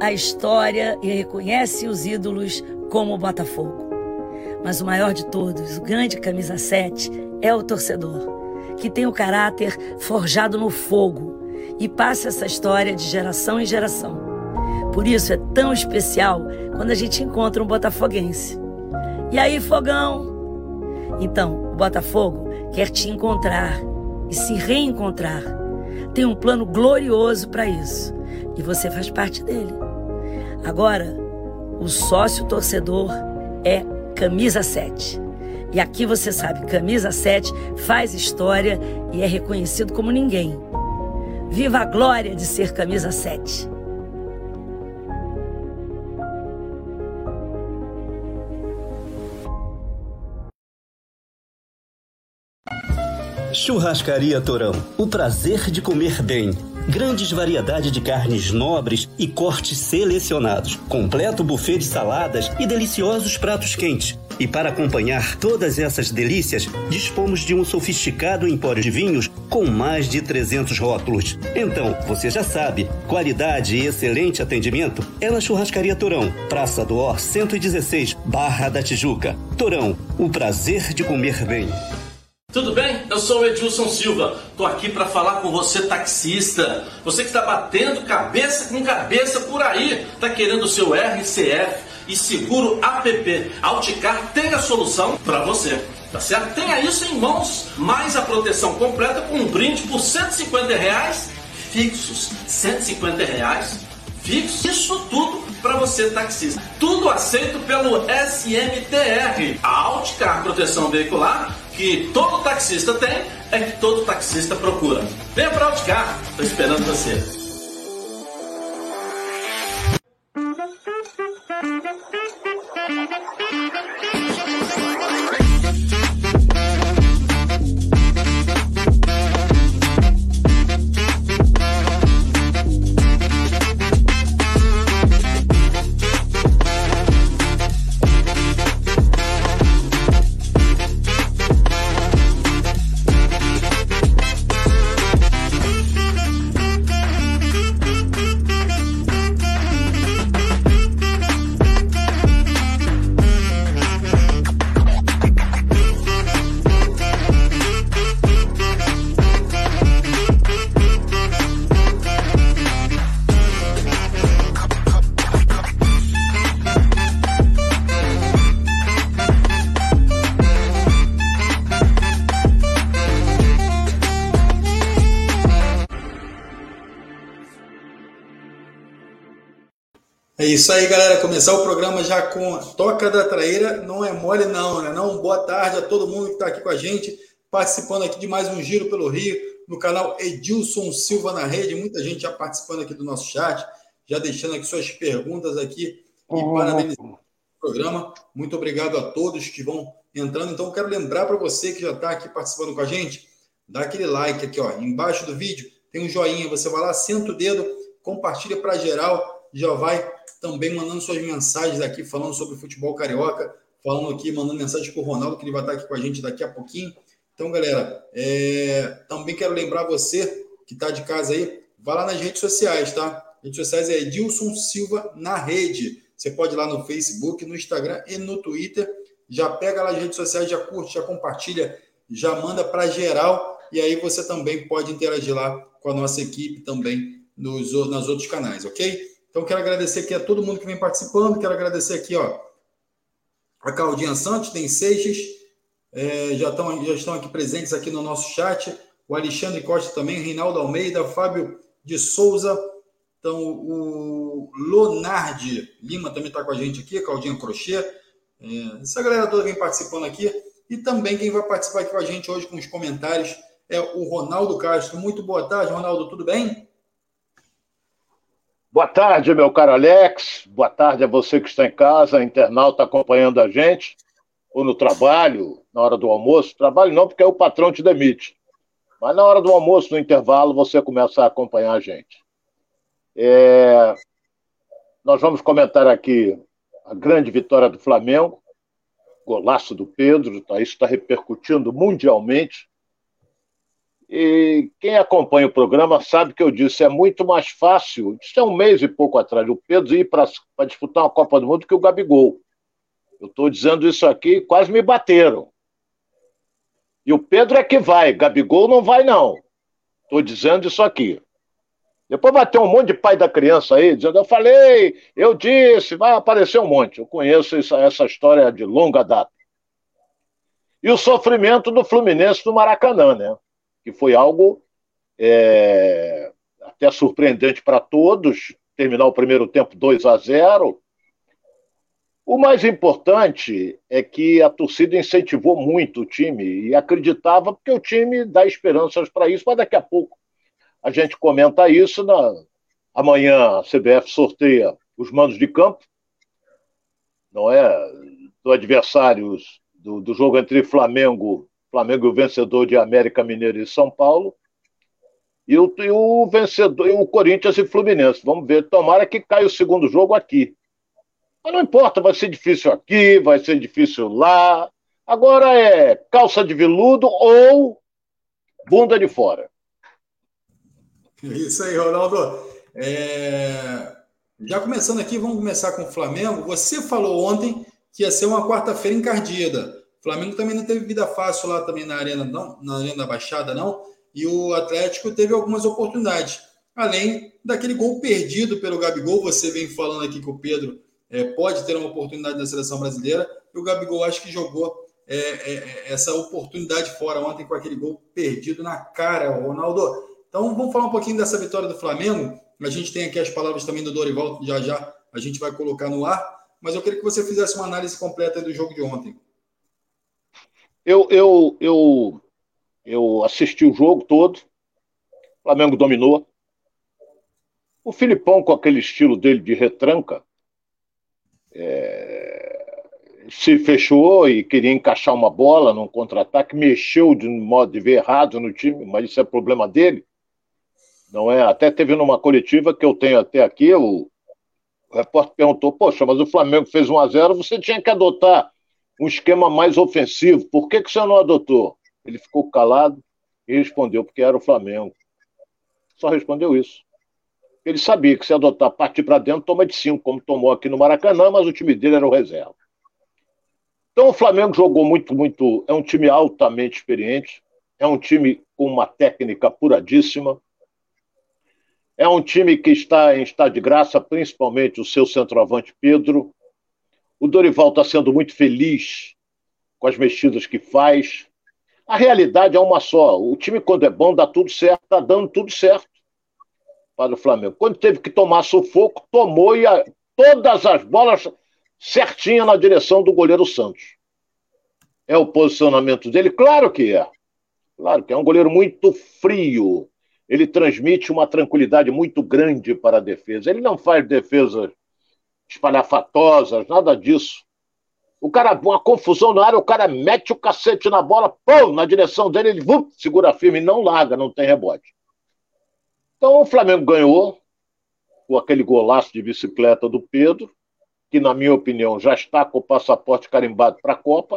a história e reconhece os ídolos como o Botafogo. Mas o maior de todos, o grande camisa 7, é o torcedor, que tem o caráter forjado no fogo e passa essa história de geração em geração. Por isso é tão especial quando a gente encontra um botafoguense. E aí, fogão? Então, o Botafogo quer te encontrar e se reencontrar. Tem um plano glorioso para isso. E você faz parte dele. Agora, o sócio torcedor é Camisa 7. E aqui você sabe, Camisa 7 faz história e é reconhecido como ninguém. Viva a glória de ser Camisa 7. Churrascaria Torão, o prazer de comer bem. Grandes variedade de carnes nobres e cortes selecionados. Completo buffet de saladas e deliciosos pratos quentes. E para acompanhar todas essas delícias, dispomos de um sofisticado empório de vinhos com mais de 300 rótulos. Então, você já sabe, qualidade e excelente atendimento é na Churrascaria Torão, Praça do Or 116, Barra da Tijuca. Torão, o prazer de comer bem. Tudo bem? Eu sou o Edilson Silva. Tô aqui para falar com você, taxista. Você que está batendo cabeça com cabeça por aí, tá querendo o seu RCF e seguro APP. A Alticar tem a solução para você. Tá certo? Tenha isso em mãos, mais a proteção completa com um brinde por R$150 fixos. R$150 fixos. Isso tudo para você, taxista. Tudo aceito pelo SMTR. A Alticar Proteção Veicular, que todo taxista tem, é que todo taxista procura. Venha para Alticar, estou esperando você. É isso aí, galera. Começar o programa já com a Toca da Traíra. Não é mole não, né? Não. Boa tarde a todo mundo que está aqui com a gente, participando aqui de mais um Giro pelo Rio, no canal Edilson Silva na Rede. Muita gente já participando aqui do nosso chat, já deixando aqui suas perguntas aqui e parabenizando o programa. Muito obrigado a todos que vão entrando. Então, eu quero lembrar para você que já está aqui participando com a gente, dá aquele like aqui, ó, embaixo do vídeo, tem um joinha, você vai lá, senta o dedo, compartilha para geral, já vai também mandando suas mensagens aqui, falando sobre futebol carioca, falando aqui, mandando mensagem para o Ronaldo, que ele vai estar aqui com a gente daqui a pouquinho. Então, galera, também quero lembrar você que está de casa aí, vai lá nas redes sociais, tá? Redes sociais é Edilson Silva na Rede. Você pode ir lá no Facebook, no Instagram e no Twitter. Já pega lá as redes sociais, já curte, já compartilha, já manda para geral. E aí você também pode interagir lá com a nossa equipe também nos outros canais, ok? Então, quero agradecer aqui a todo mundo que vem participando. Quero agradecer aqui, ó, a Claudinha Santos, tem Seixas, já estão aqui presentes aqui no nosso chat. O Alexandre Costa também, Reinaldo Almeida, Fábio de Souza. Então, o Leonardo Lima também está com a gente aqui, a Claudinha Crochê. Essa galera toda vem participando aqui. E também quem vai participar aqui com a gente hoje com os comentários é o Ronaldo Castro. Muito boa tarde, Ronaldo, tudo bem? Boa tarde, meu caro Alex. Boa tarde a você que está em casa, internauta acompanhando a gente, ou no trabalho, na hora do almoço. Trabalho não, porque aí o patrão te demite. Mas na hora do almoço, no intervalo, você começa a acompanhar a gente. Nós vamos comentar aqui a grande vitória do Flamengo, golaço do Pedro, isso está repercutindo mundialmente. E quem acompanha o programa sabe que eu disse, é muito mais fácil, isso é um mês e pouco atrás, o Pedro ir para disputar uma Copa do Mundo que o Gabigol. Eu estou dizendo isso aqui, quase me bateram. E o Pedro é que vai, Gabigol não vai não. Estou dizendo isso aqui. Depois vai ter um monte de pai da criança aí, dizendo, eu falei, eu disse, vai aparecer um monte. Eu conheço essa história de longa data. E o sofrimento do Fluminense no Maracanã, né? Que foi algo até surpreendente para todos, terminar o primeiro tempo 2-0. O mais importante é que a torcida incentivou muito o time e acreditava, porque o time dá esperanças para isso, mas daqui a pouco a gente comenta isso. Amanhã a CBF sorteia os mandos de campo, não é? Do adversário do jogo entre Flamengo e o vencedor de América Mineiro e São Paulo, e o vencedor, o Corinthians e Fluminense. Vamos ver, tomara que caia o segundo jogo aqui. Mas não importa, vai ser difícil aqui, vai ser difícil lá. Agora é calça de veludo ou bunda de fora. Isso aí, Ronaldo. Já começando aqui, vamos começar com o Flamengo. Você falou ontem que ia ser uma quarta-feira encardida. O Flamengo também não teve vida fácil lá também na Arena, não, na Arena da Baixada, não. E o Atlético teve algumas oportunidades. Além daquele gol perdido pelo Gabigol, você vem falando aqui que o Pedro pode ter uma oportunidade na seleção brasileira, e o Gabigol acho que jogou essa oportunidade fora ontem com aquele gol perdido na cara, Ronaldo. Então vamos falar um pouquinho dessa vitória do Flamengo. A gente tem aqui as palavras também do Dorival, já a gente vai colocar no ar, mas eu queria que você fizesse uma análise completa do jogo de ontem. Eu assisti o jogo todo, o Flamengo dominou. O Filipão, com aquele estilo dele de retranca, se fechou e queria encaixar uma bola num contra-ataque, mexeu de modo de ver errado no time, mas isso é problema dele. Não é? Até teve numa coletiva que eu tenho até aqui, o repórter perguntou, poxa, mas o Flamengo fez 1-0, você tinha que adotar um esquema mais ofensivo, por que você não adotou? Ele ficou calado e respondeu, porque era o Flamengo. Só respondeu isso. Ele sabia que se adotar partir para dentro, toma de 5, como tomou aqui no Maracanã, mas o time dele era o reserva. Então o Flamengo jogou muito, é um time altamente experiente, é um time com uma técnica apuradíssima, é um time que está em estado de graça, principalmente o seu centroavante Pedro. O Dorival está sendo muito feliz com as mexidas que faz. A realidade é uma só, o time quando é bom dá tudo certo, está dando tudo certo para o Flamengo. Quando teve que tomar sufoco, tomou todas as bolas certinha na direção do goleiro Santos. É o posicionamento dele? Claro que é. Claro que é um goleiro muito frio. Ele transmite uma tranquilidade muito grande para a defesa. Ele não faz defesas espalhafatosas, nada disso. O cara, uma confusão na área, o cara mete o cacete na bola, pô, na direção dele, ele segura firme e não larga, não tem rebote. Então o Flamengo ganhou com aquele golaço de bicicleta do Pedro, que na minha opinião já está com o passaporte carimbado para a Copa,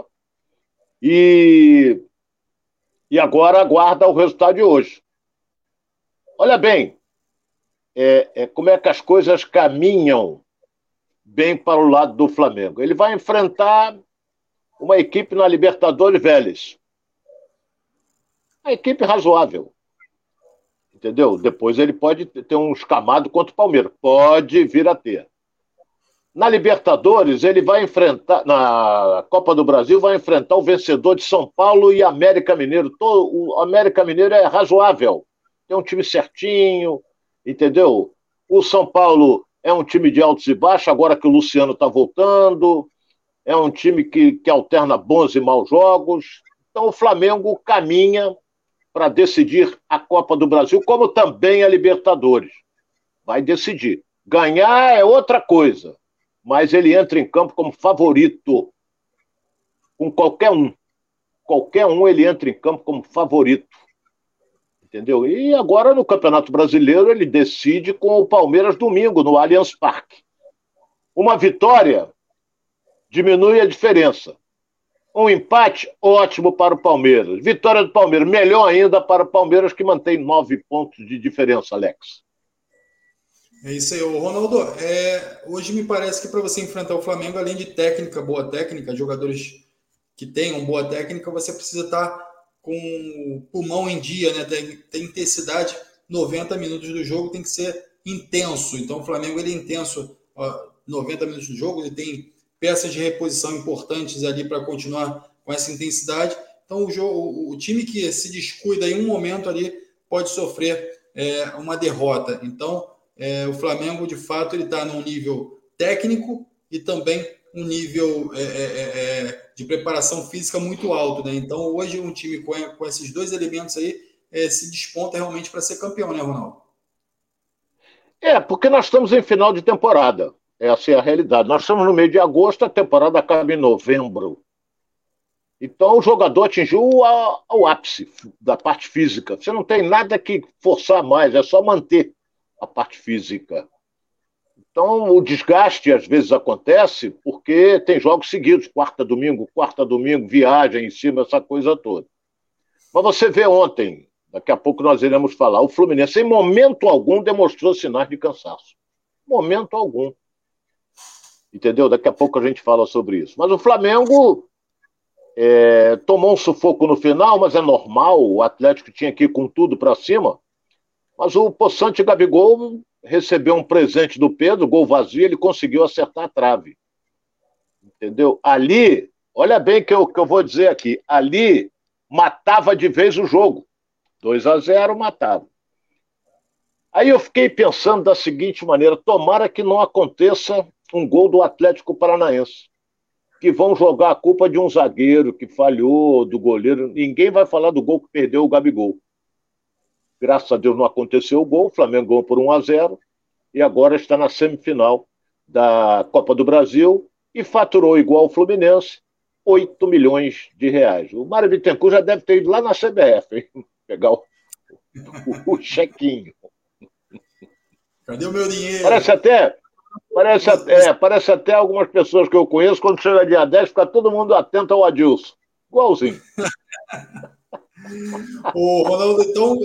e agora aguarda o resultado de hoje. Olha bem, como é que as coisas caminham bem para o lado do Flamengo. Ele vai enfrentar uma equipe na Libertadores Vélez. Uma equipe razoável. Entendeu? Depois ele pode ter um escamado contra o Palmeiras. Pode vir a ter. Na Libertadores, ele vai enfrentar, na Copa do Brasil, vai enfrentar o vencedor de São Paulo e América Mineiro. O América Mineiro é razoável. Tem um time certinho, entendeu? O São Paulo é um time de altos e baixos, agora que o Luciano está voltando. É um time que alterna bons e maus jogos. Então o Flamengo caminha para decidir a Copa do Brasil, como também a Libertadores. Vai decidir. Ganhar é outra coisa, mas ele entra em campo como favorito. Com qualquer um. Qualquer um ele entra em campo como favorito. Entendeu? E agora no Campeonato Brasileiro ele decide com o Palmeiras domingo, no Allianz Parque. Uma vitória diminui a diferença. Um empate, ótimo para o Palmeiras. Vitória do Palmeiras, melhor ainda para o Palmeiras, que mantém 9 pontos de diferença, Alex. É isso aí, Ronaldo. Hoje me parece que para você enfrentar o Flamengo, além de técnica, boa técnica, jogadores que tenham boa técnica, você precisa estar com o pulmão em dia, né? Tem intensidade. 90 minutos do jogo tem que ser intenso. Então o Flamengo ele é intenso. 90 minutos do jogo, ele tem peças de reposição importantes ali para continuar com essa intensidade. Então o time que se descuida em um momento ali pode sofrer uma derrota. Então o Flamengo de fato ele está num nível técnico e também um nível de preparação física muito alto, né? Então hoje um time com esses dois elementos aí se desponta realmente para ser campeão, né, Ronaldo? Porque nós estamos em final de temporada. Essa é a realidade. Nós estamos no meio de agosto, a temporada acaba em novembro. Então o jogador atingiu o ápice da parte física. Você não tem nada que forçar mais, é só manter a parte física. Então o desgaste às vezes acontece porque tem jogos seguidos, quarta, domingo, viagem em cima, essa coisa toda. Mas você vê ontem, daqui a pouco nós iremos falar, o Fluminense em momento algum demonstrou sinais de cansaço. Momento algum. Entendeu? Daqui a pouco a gente fala sobre isso. Mas o Flamengo tomou um sufoco no final, mas é normal, o Atlético tinha que ir com tudo para cima. Mas o Poçante Gabigol recebeu um presente do Pedro, gol vazio, ele conseguiu acertar a trave. Entendeu? Ali, olha bem que eu vou dizer aqui, ali matava de vez o jogo. 2-0 matava. Aí eu fiquei pensando da seguinte maneira, tomara que não aconteça um gol do Atlético Paranaense, que vão jogar a culpa de um zagueiro que falhou, do goleiro. Ninguém vai falar do gol que perdeu o Gabigol. Graças a Deus não aconteceu o gol, o Flamengo ganhou por 1-0 e agora está na semifinal da Copa do Brasil e faturou igual o Fluminense 8 milhões de reais. O Mário Bittencourt já deve ter ido lá na CBF, hein? Pegar o chequinho. Cadê o meu dinheiro? Parece até algumas pessoas que eu conheço, quando chega dia 10, fica todo mundo atento ao Adilson. Igualzinho. Ô, Ronaldo, então,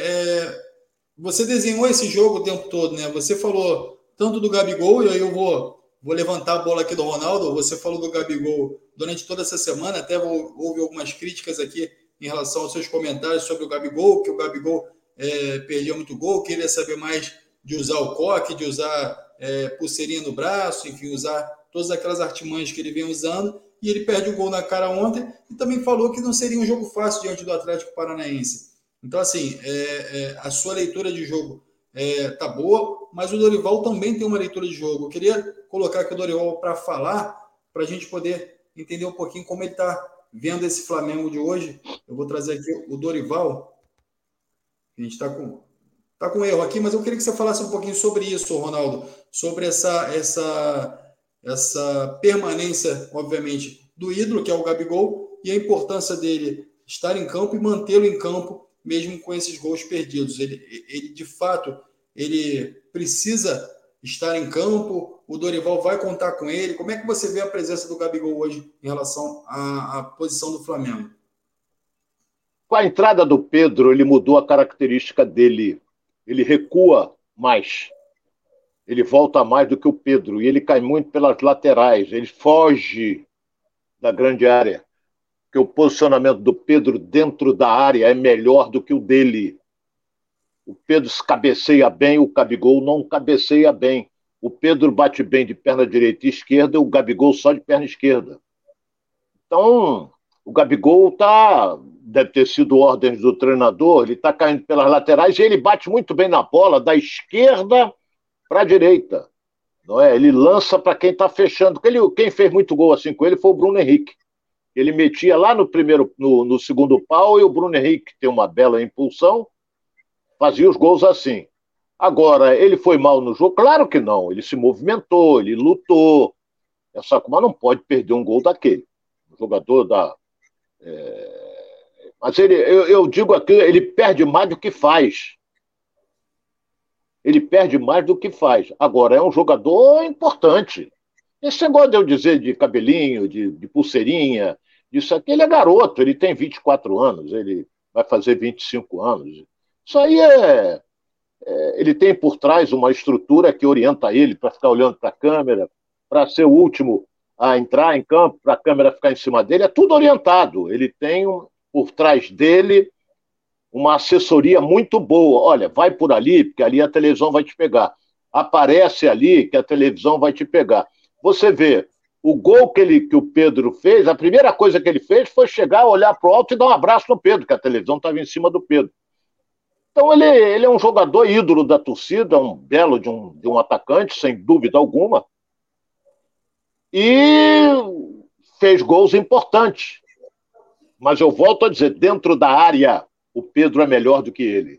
você desenhou esse jogo o tempo todo, né? Você falou tanto do Gabigol, e aí eu vou levantar a bola aqui do Ronaldo. Você falou do Gabigol durante toda essa semana, até houve algumas críticas aqui em relação aos seus comentários sobre o Gabigol, que o Gabigol perdia muito gol, queria saber mais de usar o coque, de usar pulseirinha no braço, enfim, usar todas aquelas artimanhas que ele vem usando, e ele perde o gol na cara ontem, e também falou que não seria um jogo fácil diante do Atlético Paranaense. Então, assim, a sua leitura de jogo tá boa, mas o Dorival também tem uma leitura de jogo. Eu queria colocar aqui o Dorival para falar, para a gente poder entender um pouquinho como ele está vendo esse Flamengo de hoje. Eu vou trazer aqui o Dorival. A gente está com erro aqui, mas eu queria que você falasse um pouquinho sobre isso, Ronaldo, sobre essa permanência, obviamente, do ídolo, que é o Gabigol, e a importância dele estar em campo e mantê-lo em campo, mesmo com esses gols perdidos. Ele de fato, ele precisa estar em campo, o Dorival vai contar com ele. Como é que você vê a presença do Gabigol hoje em relação à posição do Flamengo? Com a entrada do Pedro, ele mudou a característica dele. Ele recua mais. Ele volta mais do que o Pedro. E ele cai muito pelas laterais. Ele foge da grande área. Porque o posicionamento do Pedro dentro da área é melhor do que o dele. O Pedro se cabeceia bem, o Gabigol não cabeceia bem. O Pedro bate bem de perna direita e esquerda, o Gabigol só de perna esquerda. Então, o Gabigol deve ter sido ordens do treinador, ele está caindo pelas laterais e ele bate muito bem na bola, da esquerda para a direita. Não é? Ele lança para quem está fechando. Quem fez muito gol assim com ele foi o Bruno Henrique. Ele metia lá no segundo pau e o Bruno Henrique tem uma bela impulsão, fazia os gols assim. Agora, ele foi mal no jogo? Claro que não. Ele se movimentou, ele lutou. Mas não pode perder um gol daquele. O jogador Mas eu digo aqui, ele perde mais do que faz. Ele perde mais do que faz. Agora, é um jogador importante. Esse negócio de eu dizer de cabelinho, de pulseirinha, Isso aqui, ele é garoto, ele tem 24 anos, ele vai fazer 25 anos. Isso aí ele tem por trás uma estrutura que orienta ele para ficar olhando para a câmera, para ser o último a entrar em campo, para a câmera ficar em cima dele, é tudo orientado. Ele tem por trás dele uma assessoria muito boa. Olha, vai por ali, porque ali a televisão vai te pegar. Aparece ali que a televisão vai te pegar. Você vê, o gol que o Pedro fez, a primeira coisa que ele fez foi chegar, olhar para o alto e dar um abraço no Pedro, que a televisão estava em cima do Pedro. Então ele é um jogador ídolo da torcida, um belo de um atacante, sem dúvida alguma, e fez gols importantes. Mas eu volto a dizer, dentro da área, o Pedro é melhor do que ele.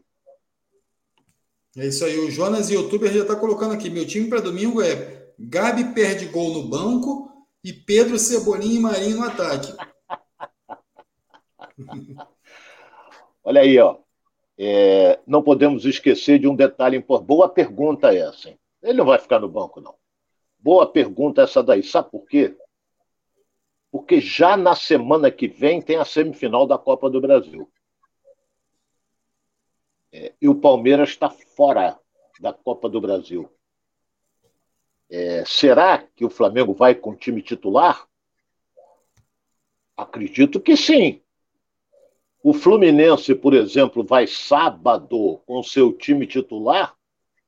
É isso aí, o Jonas, youtuber, já está colocando aqui, meu time para domingo é Gabi perde gol no banco e Pedro, Cebolinha e Marinho no ataque. Olha aí, ó. Não podemos esquecer de um detalhe importante. Boa pergunta essa, hein? Ele não vai ficar no banco, não. Boa pergunta essa daí. Sabe por quê? Porque já na semana que vem tem a semifinal da Copa do Brasil. E o Palmeiras está fora da Copa do Brasil. Será que o Flamengo vai com o time titular? Acredito que sim. O Fluminense, por exemplo, vai sábado com seu time titular?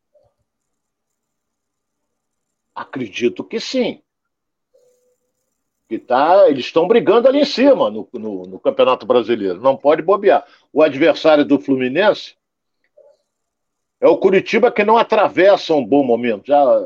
Acredito que sim. Eles estão brigando ali em cima no Campeonato Brasileiro. Não pode bobear. O adversário do Fluminense é o Curitiba, que não atravessa um bom momento.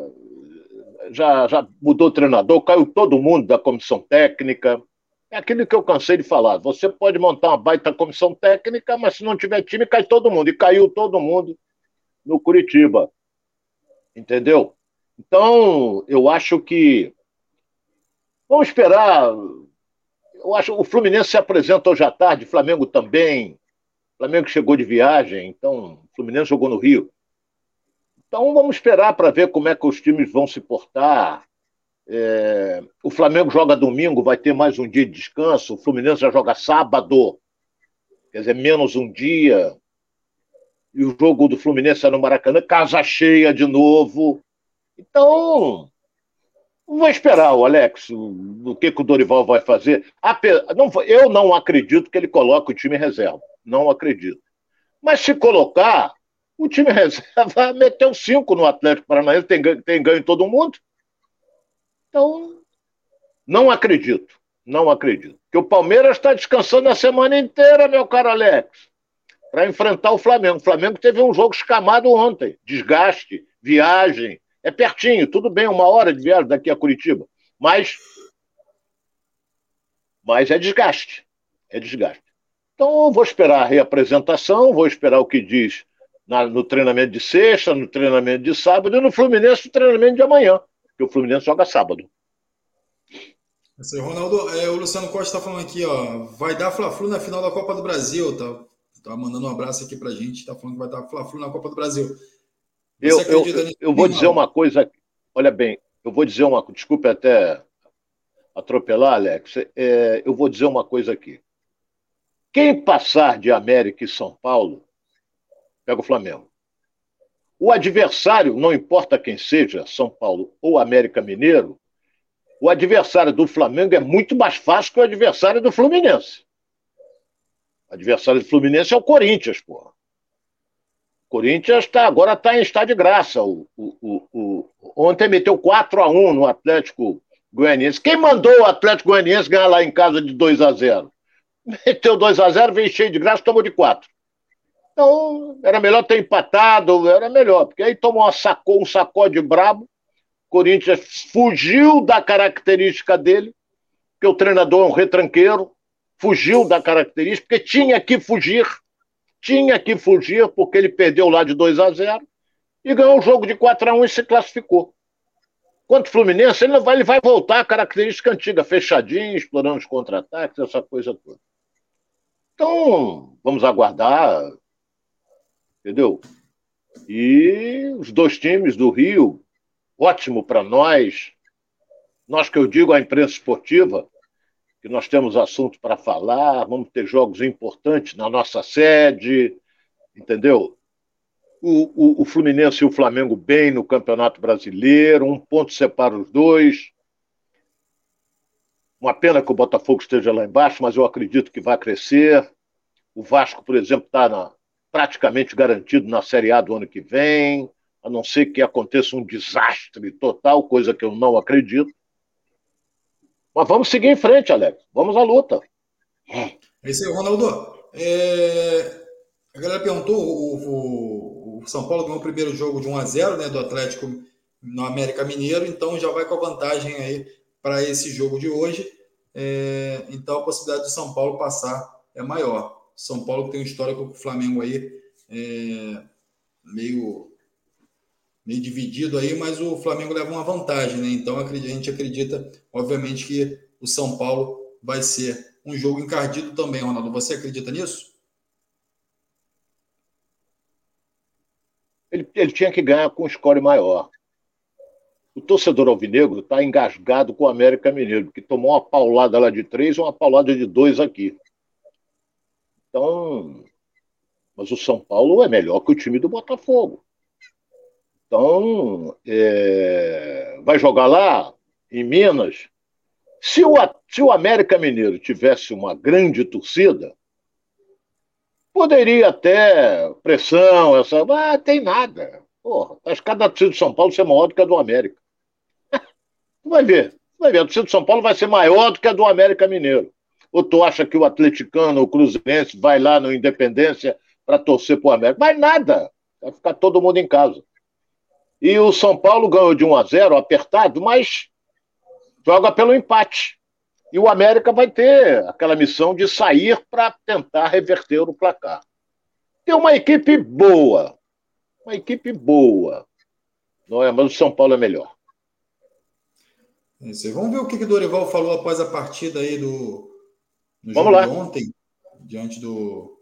Já mudou o treinador, caiu todo mundo da comissão técnica. É aquilo que eu cansei de falar. Você pode montar uma baita comissão técnica, mas se não tiver time, cai todo mundo. E caiu todo mundo no Curitiba. Entendeu? Então, eu acho que... Vamos esperar. Eu acho que o Fluminense se apresenta hoje à tarde, Flamengo também. O Flamengo chegou de viagem, então o Fluminense jogou no Rio. Então, vamos esperar para ver como é que os times vão se portar. O Flamengo joga domingo, vai ter mais um dia de descanso. O Fluminense já joga sábado, quer dizer, menos um dia. E o jogo do Fluminense é no Maracanã, casa cheia de novo. Então, vou esperar, o Alex, o que o Dorival vai fazer. Eu não acredito que ele coloque o time reserva. Não acredito. Mas se colocar, o time reserva vai meter um 5 no Atlético Paranaense, tem ganho todo mundo. Então, não acredito. Não acredito. Porque o Palmeiras está descansando a semana inteira, meu caro Alex, para enfrentar o Flamengo. O Flamengo teve um jogo escamado ontem. Desgaste, viagem. É pertinho, tudo bem, 1 hora de viagem daqui a Curitiba. Mas é desgaste. É desgaste. Então, eu vou esperar a reapresentação, vou esperar o que diz no treinamento de sexta, no treinamento de sábado e no Fluminense, no treinamento de amanhã. Porque o Fluminense joga sábado. Esse Ronaldo, o Luciano Costa está falando aqui, ó, vai dar Fla-Flu na final da Copa do Brasil. Tá mandando um abraço aqui pra gente, tá falando que vai dar Fla-Flu na Copa do Brasil. Eu vou dizer uma coisa, olha bem, desculpe até atropelar, Alex, eu vou dizer uma coisa aqui. Quem passar de América e São Paulo, pega o Flamengo. O adversário, não importa quem seja, São Paulo ou América Mineiro, o adversário do Flamengo é muito mais fácil que o adversário do Fluminense. O adversário do Fluminense é o Corinthians, porra. O Corinthians agora está em estado de graça. Ontem meteu 4-1 no Atlético Goianiense. Quem mandou o Atlético Goianiense ganhar lá em casa de 2-0? Meteu 2-0, veio cheio de graça, tomou de 4. Então, era melhor ter empatado, era melhor, porque aí tomou um sacode brabo. O Corinthians fugiu da característica dele, porque o treinador é um retranqueiro, fugiu da característica, porque tinha que fugir, porque ele perdeu lá de 2-0 e ganhou um jogo de 4-1 e se classificou. Quanto o Fluminense, ele vai voltar à característica antiga, fechadinho, explorando os contra-ataques, essa coisa toda. Então, vamos aguardar, entendeu? E os dois times do Rio, ótimo para nós que eu digo, a imprensa esportiva, que nós temos assunto para falar, vamos ter jogos importantes na nossa sede, entendeu? O Fluminense e o Flamengo bem no Campeonato Brasileiro, 1 ponto separa os dois. Uma pena que o Botafogo esteja lá embaixo, mas eu acredito que vai crescer. O Vasco, por exemplo, está praticamente garantido na Série A do ano que vem, a não ser que aconteça um desastre total, coisa que eu não acredito. Mas vamos seguir em frente, Alex. Vamos à luta. É isso aí, Ronaldo. A galera perguntou, o São Paulo ganhou o primeiro jogo de 1-0, né, do Atlético no América Mineiro, então já vai com a vantagem aí para esse jogo de hoje. Então a possibilidade de São Paulo passar é maior. São Paulo tem um histórico com o Flamengo aí meio dividido aí, mas o Flamengo leva uma vantagem, né? Então a gente acredita, obviamente, que o São Paulo vai ser um jogo encardido também, Ronaldo. Você acredita nisso? Ele tinha que ganhar com um score maior. O torcedor alvinegro está engasgado com o América Mineiro, porque tomou uma paulada lá de 3 e uma paulada de 2 aqui. Então, mas o São Paulo é melhor que o time do Botafogo. Então, vai jogar lá, em Minas. Se o América Mineiro tivesse uma grande torcida, poderia até pressão, tem nada. Porra, a escada da torcida de São Paulo ser maior do que a do América. Tu vai ver. A torcida de São Paulo vai ser maior do que a do América Mineiro. Ou tu acha que o atleticano, o cruzeirense, vai lá no Independência para torcer pro América? Vai nada. Vai ficar todo mundo em casa. E o São Paulo ganhou de 1-0, apertado, mas joga pelo empate. E o América vai ter aquela missão de sair para tentar reverter o placar. Tem uma equipe boa. Não é? Mas o São Paulo é melhor. Isso aí. Vamos ver o que o Dorival falou após a partida aí no Vamos jogo lá. de ontem, diante do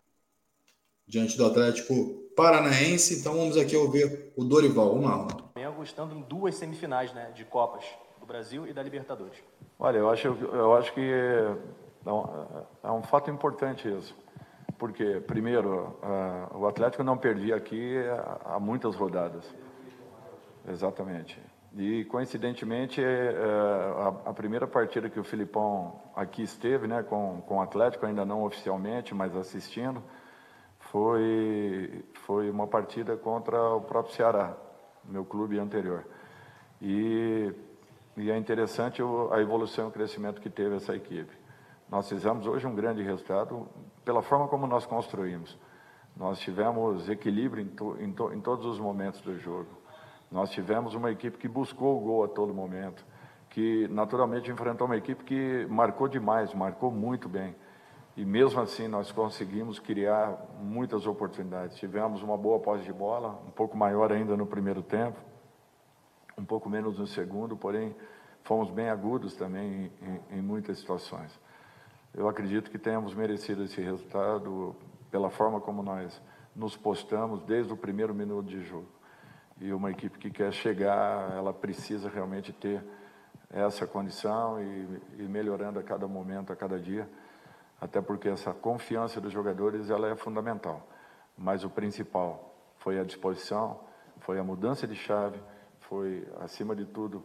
Atlético Paranaense. Então vamos aqui ouvir o Dorival. Vamos lá, Ronaldo. Flamengo estando em 2 semifinais, né, de Copas do Brasil e da Libertadores. Olha, eu acho que é um fato importante isso, porque, primeiro, o Atlético não perdia aqui há muitas rodadas, exatamente, e, coincidentemente, a primeira partida que o Filipão aqui esteve, né, com o Atlético, ainda não oficialmente, mas assistindo, foi uma partida contra o próprio Ceará, meu clube anterior, e é interessante a evolução e o crescimento que teve essa equipe. Nós fizemos hoje um grande resultado pela forma como nós construímos. Nós tivemos equilíbrio em todos os momentos do jogo. Nós tivemos uma equipe que buscou o gol a todo momento, que naturalmente enfrentou uma equipe que marcou demais, marcou muito bem. E mesmo assim nós conseguimos criar muitas oportunidades. Tivemos uma boa posse de bola, um pouco maior ainda no primeiro tempo, um pouco menos no segundo, porém fomos bem agudos também em muitas situações. Eu acredito que tenhamos merecido esse resultado pela forma como nós nos postamos desde o primeiro minuto de jogo. E uma equipe que quer chegar, ela precisa realmente ter essa condição e melhorando a cada momento, a cada dia, até porque essa confiança dos jogadores ela é fundamental. Mas o principal foi a disposição, foi a mudança de chave, foi, acima de tudo,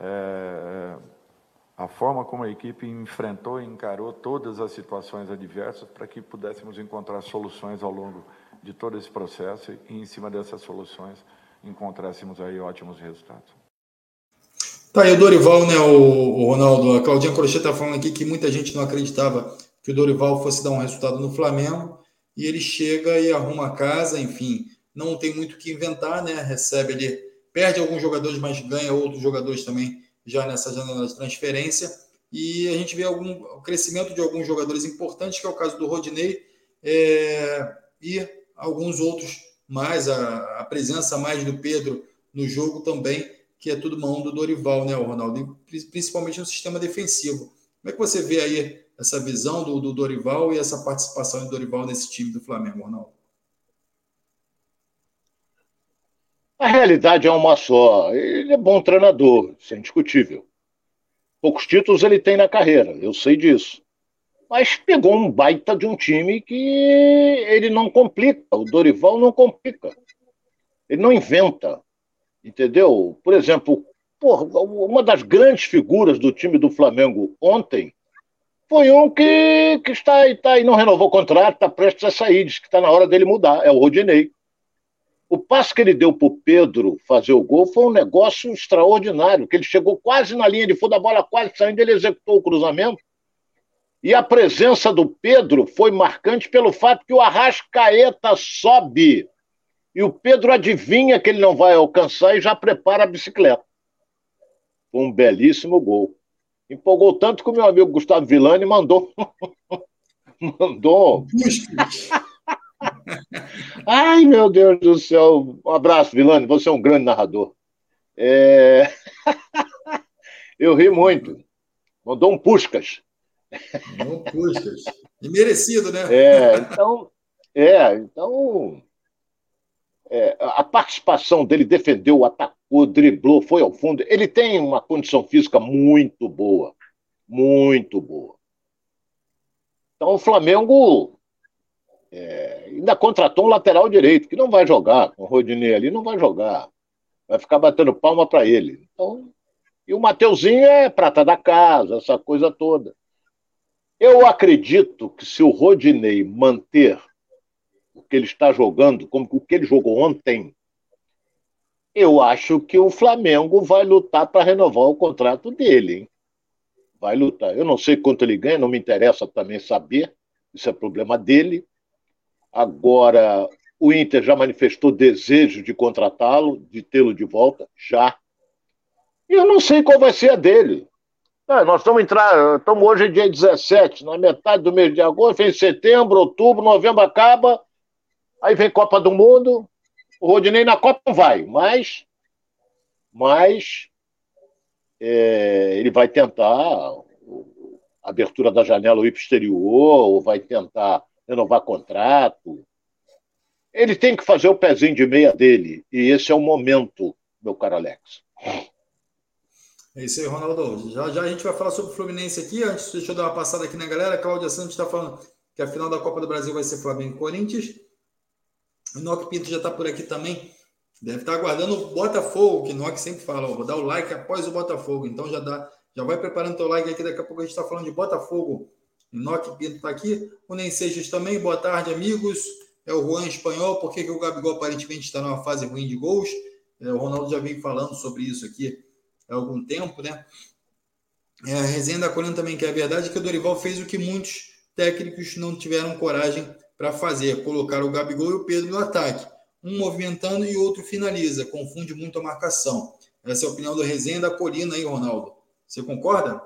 a forma como a equipe enfrentou e encarou todas as situações adversas para que pudéssemos encontrar soluções ao longo de todo esse processo e, em cima dessas soluções, encontrássemos aí ótimos resultados. Tá aí o Dorival, né, o Ronaldo? A Claudinha Crochet está falando aqui que muita gente não acreditava que o Dorival fosse dar um resultado no Flamengo e ele chega e arruma a casa, enfim, não tem muito o que inventar, né? Recebe ali, perde alguns jogadores, mas ganha outros jogadores também já nessa janela de transferência, e a gente vê o crescimento de alguns jogadores importantes, que é o caso do Rodinei, e alguns outros mais, a presença mais do Pedro no jogo também, que é tudo mão do Dorival, né, Ronaldo? E principalmente no sistema defensivo. Como é que você vê aí essa visão do Dorival e essa participação do Dorival nesse time do Flamengo, Ronaldo? A realidade é uma só. Ele é bom treinador, isso é indiscutível. Poucos títulos ele tem na carreira, eu sei disso. Mas pegou um baita de um time que ele não complica. O Dorival não complica. Ele não inventa. Entendeu? Por exemplo, porra, uma das grandes figuras do time do Flamengo ontem foi um que está aí, não renovou o contrato, está prestes a sair, diz que está na hora dele mudar. É o Rodinei. O passo que ele deu para o Pedro fazer o gol foi um negócio extraordinário, que ele chegou quase na linha de fundo, a bola quase saindo, ele executou o cruzamento. E a presença do Pedro foi marcante pelo fato que o Arrascaeta sobe e o Pedro adivinha que ele não vai alcançar e já prepara a bicicleta. Foi um belíssimo gol. Empolgou tanto que o meu amigo Gustavo Villani mandou. Ai, meu Deus do céu. Um abraço, Villani. Você é um grande narrador. Eu ri muito. Mandou um Puskás. Não Puskás. E merecido, né? Então, a participação dele, defendeu, atacou, driblou, foi ao fundo. Ele tem uma condição física muito boa. Muito boa. Então o Flamengo ainda contratou um lateral direito, que não vai jogar, com o Rodinei ali, não vai jogar. Vai ficar batendo palma para ele. Então, e o Mateuzinho é prata da casa, essa coisa toda. Eu acredito que se o Rodinei manter o que ele está jogando, como o que ele jogou ontem, eu acho que o Flamengo vai lutar para renovar o contrato dele, hein? Vai lutar. Eu não sei quanto ele ganha, não me interessa também saber, isso é problema dele. Agora, o Inter já manifestou desejo de contratá-lo, de tê-lo de volta, já. E eu não sei qual vai ser a dele. Nós estamos hoje dia 17, na metade do mês de agosto, vem setembro, outubro, novembro acaba, aí vem Copa do Mundo, o Rodinei na Copa não vai, mas ele vai tentar a abertura da janela ou ir para o exterior, ou vai tentar renovar contrato. Ele tem que fazer o pezinho de meia dele, e esse é o momento, meu caro Alex. É isso aí, Ronaldo. Já a gente vai falar sobre o Fluminense aqui. Antes, deixa eu dar uma passada aqui na galera. A Cláudia Santos está falando que a final da Copa do Brasil vai ser Flamengo e Corinthians. O Nock Pinto já está por aqui também. Deve estar aguardando o Botafogo, que o Nock sempre fala, vou dar o like após o Botafogo. Então já vai preparando o teu like aqui. Daqui a pouco a gente está falando de Botafogo. O Nock Pinto está aqui. O Nem Seixas também. Boa tarde, amigos. É o Juan Espanhol. Por que o Gabigol aparentemente está numa fase ruim de gols? O Ronaldo já vem falando sobre isso aqui há algum tempo, né? A resenha da Colina também, que é a verdade, é que o Dorival fez o que muitos técnicos não tiveram coragem para fazer, colocar o Gabigol e o Pedro no ataque, um movimentando e o outro finaliza, confunde muito a marcação. Essa é a opinião do resenha da Colina aí, Ronaldo. Você concorda?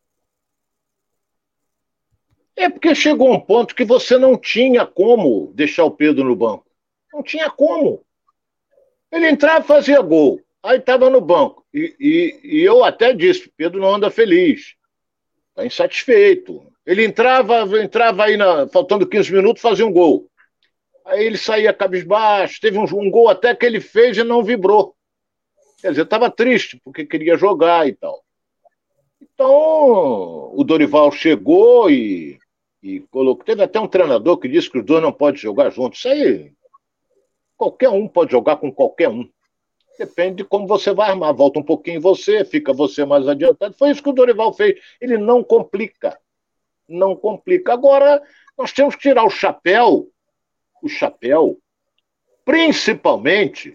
É porque chegou um ponto que você não tinha como deixar o Pedro no banco. Não tinha como. Ele entrava e fazia gol. Aí estava no banco. E eu até disse, Pedro não anda feliz. Está insatisfeito. Ele entrava aí, faltando 15 minutos, fazia um gol. Aí ele saía cabisbaixo. Teve um gol até que ele fez e não vibrou. Quer dizer, estava triste, porque queria jogar e tal. Então, o Dorival chegou e colocou. Teve até um treinador que disse que os dois não podem jogar juntos. Isso aí, qualquer um pode jogar com qualquer um. Depende de como você vai armar. Volta um pouquinho você, fica você mais adiantado. Foi isso que o Dorival fez. Ele não complica. Não complica. Agora, nós temos que tirar o chapéu, principalmente,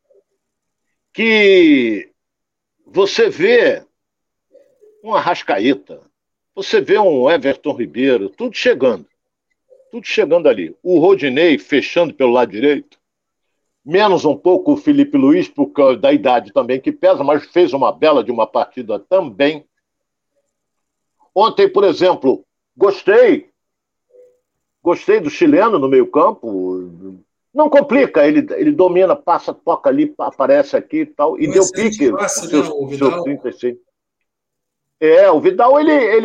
que você vê um Arrascaeta, você vê um Everton Ribeiro, tudo chegando ali. O Rodinei fechando pelo lado direito, menos um pouco o Felipe Luiz, por causa da idade também que pesa, mas fez uma bela de uma partida também. Ontem, por exemplo, gostei do chileno no meio-campo. Não complica, ele domina, passa, toca ali, aparece aqui e tal, e deu pique. O Vidal. 36. O Vidal,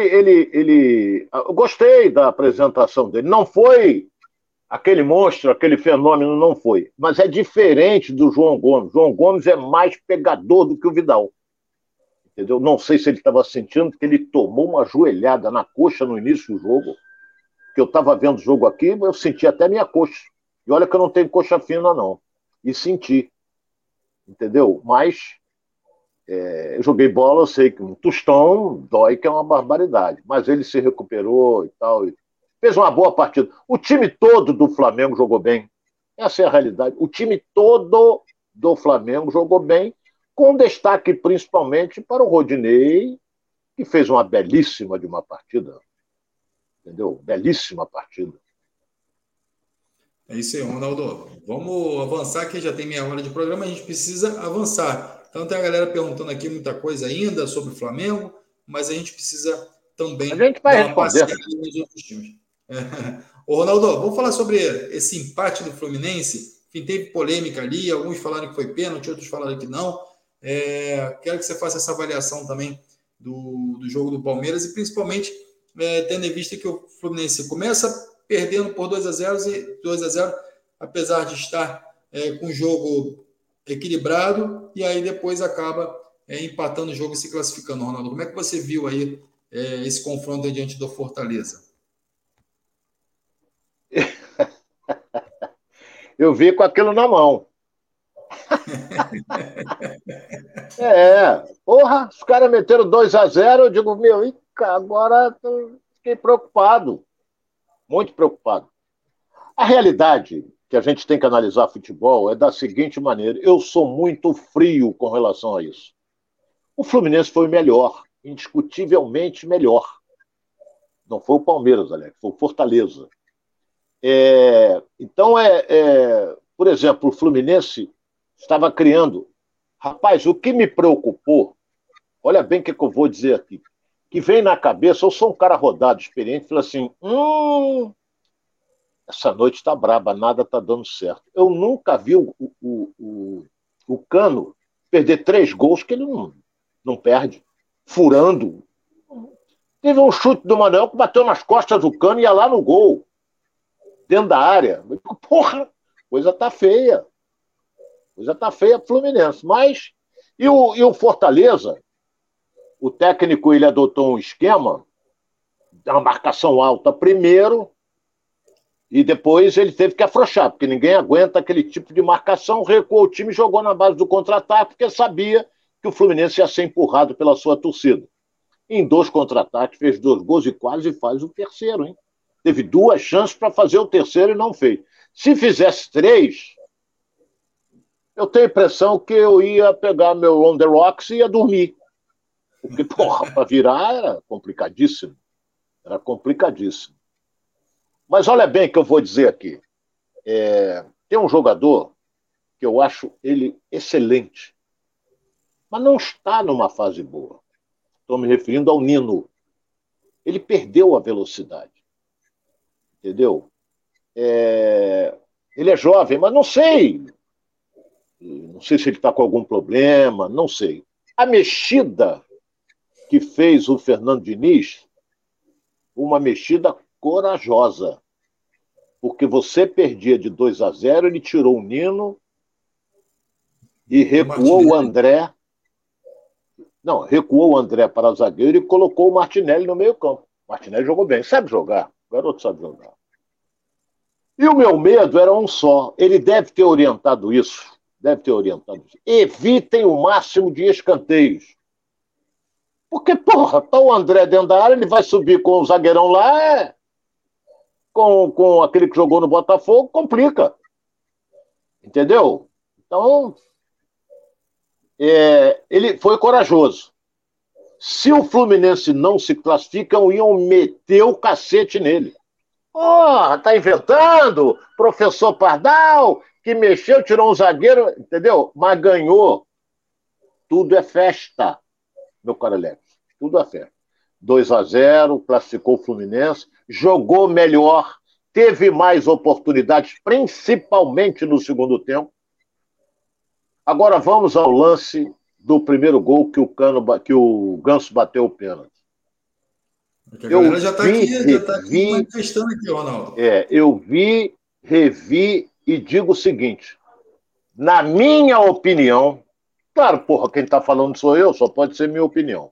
eu gostei da apresentação dele. Não foi aquele monstro, aquele fenômeno, não foi. Mas é diferente do João Gomes. João Gomes é mais pegador do que o Vidal. entendeu? Não sei se ele estava sentindo, porque ele tomou uma joelhada na coxa no início do jogo, que eu estava vendo o jogo aqui, eu senti até minha coxa. E olha que eu não tenho coxa fina, não. E senti, entendeu? Mas eu joguei bola, eu sei que um tostão dói, que é uma barbaridade. Mas ele se recuperou e tal. E fez uma boa partida. O time todo do Flamengo jogou bem. Essa é a realidade. O time todo do Flamengo jogou bem, com destaque principalmente para o Rodinei, que fez uma belíssima de uma partida. Entendeu? Belíssima partida. É isso aí, Ronaldo. Vamos avançar, que já tem meia hora de programa, a gente precisa avançar. Então tem a galera perguntando aqui muita coisa ainda sobre o Flamengo, mas a gente precisa também a gente vai dar uma passeada responder. nos outros times. Ô, Ronaldo, vamos falar sobre esse empate do Fluminense. Enfim, teve polêmica ali, alguns falaram que foi pênalti, outros falaram que não. Quero que você faça essa avaliação também do jogo do Palmeiras e principalmente tendo em vista que o Fluminense começa perdendo por 2-0 e 2-0, apesar de estar com o jogo equilibrado, e aí depois acaba empatando o jogo e se classificando. Ronaldo, como é que você viu aí esse confronto diante do Fortaleza? Eu vi com aquilo na mão. Porra, os caras meteram 2-0, eu digo, meu, agora fiquei preocupado, muito preocupado. A realidade que a gente tem que analisar futebol é da seguinte maneira: eu sou muito frio com relação a isso. O Fluminense foi melhor, indiscutivelmente melhor. Não foi o Palmeiras, Alex, foi o Fortaleza. Então, por exemplo, o Fluminense estava criando. Rapaz, o que me preocupou, olha bem o que eu vou dizer aqui, que vem na cabeça, eu sou um cara rodado, experiente, falo assim, essa noite está braba, nada está dando certo. Eu nunca vi o Cano perder 3 gols que ele não perde, furando. Teve um chute do Manuel que bateu nas costas do Cano e ia lá no gol, dentro da área. Porra, coisa tá feia. Coisa tá feia pro Fluminense. Mas, e o Fortaleza, o técnico, ele adotou um esquema, uma marcação alta primeiro, e depois ele teve que afrouxar, porque ninguém aguenta aquele tipo de marcação, recuou o time e jogou na base do contra-ataque, porque sabia que o Fluminense ia ser empurrado pela sua torcida. Em 2 contra-ataques, fez 2 gols e quase faz o terceiro, hein? Teve 2 chances para fazer o terceiro e não fez. Se fizesse 3, eu tenho a impressão que eu ia pegar meu on the rocks e ia dormir. Porque, porra, para virar era complicadíssimo. Era complicadíssimo. Mas olha bem o que eu vou dizer aqui. Tem um jogador que eu acho ele excelente, mas não está numa fase boa. Estou me referindo ao Nino. Ele perdeu a velocidade. Entendeu? Ele é jovem, mas não sei. Não sei se ele está com algum problema, não sei. A mexida que fez o Fernando Diniz, uma mexida corajosa. Porque você perdia de 2-0, ele tirou o Nino e recuou o André. Não, recuou o André para o zagueiro e colocou o Martinelli no meio campo. O Martinelli jogou bem, sabe jogar. O garoto sabe jogar. E o meu medo era um só. Ele deve ter orientado isso. Evitem o máximo de escanteios. Porque, porra, tá o André dentro da área, ele vai subir com o zagueirão lá, com aquele que jogou no Botafogo, complica. Entendeu? Então, ele foi corajoso. Se o Fluminense não se classifica, iam meter o cacete nele. Tá inventando? Professor Pardal, que mexeu, tirou um zagueiro, entendeu? Mas ganhou. Tudo é festa, meu caro Alex. Tudo é festa. 2-0, classificou o Fluminense, jogou melhor, teve mais oportunidades, principalmente no segundo tempo. Agora vamos ao lance do primeiro gol que o Ganso bateu o pênalti. A galera já está aqui manifestando aqui, Ronaldo. Eu vi, revi e digo o seguinte: na minha opinião, Claro, porra, quem está falando sou eu, só pode ser minha opinião.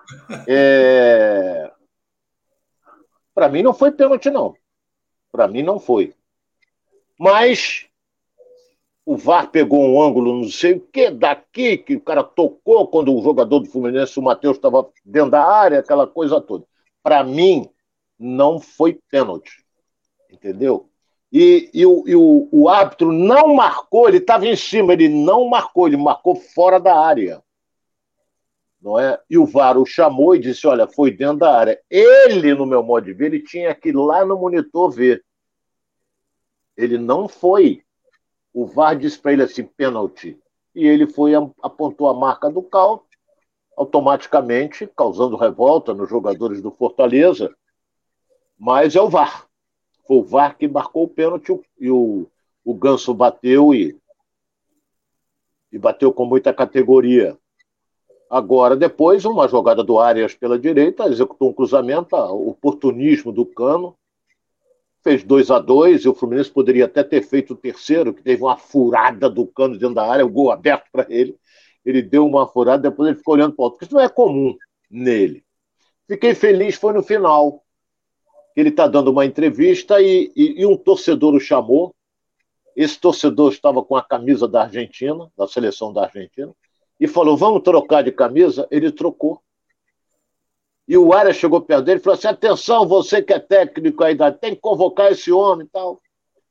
Para mim não foi pênalti, não. Para mim não foi. Mas o VAR pegou um ângulo, não sei o que, daqui, que o cara tocou quando o jogador do Fluminense, o Matheus, estava dentro da área, aquela coisa toda. Para mim, não foi pênalti. Entendeu? E o árbitro não marcou, ele estava em cima, ele não marcou, ele marcou fora da área. Não é? E o VAR o chamou e disse, olha, foi dentro da área. Ele, no meu modo de ver, ele tinha que ir lá no monitor ver. Ele não foi. O VAR disse para ele assim, pênalti. E ele foi, apontou a marca do Cal, automaticamente, causando revolta nos jogadores do Fortaleza. Mas é o VAR. Foi o VAR que marcou o pênalti e o Ganso bateu e bateu com muita categoria. Agora, depois, uma jogada do Arias pela direita, executou um cruzamento, o oportunismo do Cano, fez 2-2, e o Fluminense poderia até ter feito o terceiro, que teve uma furada do Cano dentro da área, o gol aberto para ele. Ele deu uma furada, depois ele ficou olhando para o alto, porque isso não é comum nele. Fiquei feliz, foi no final. Ele está dando uma entrevista e um torcedor o chamou. Esse torcedor estava com a camisa da Argentina, da seleção da Argentina, e falou, vamos trocar de camisa? Ele trocou. E o Arias chegou perto dele e falou assim, atenção, você que é técnico aí, tem que convocar esse homem e tal.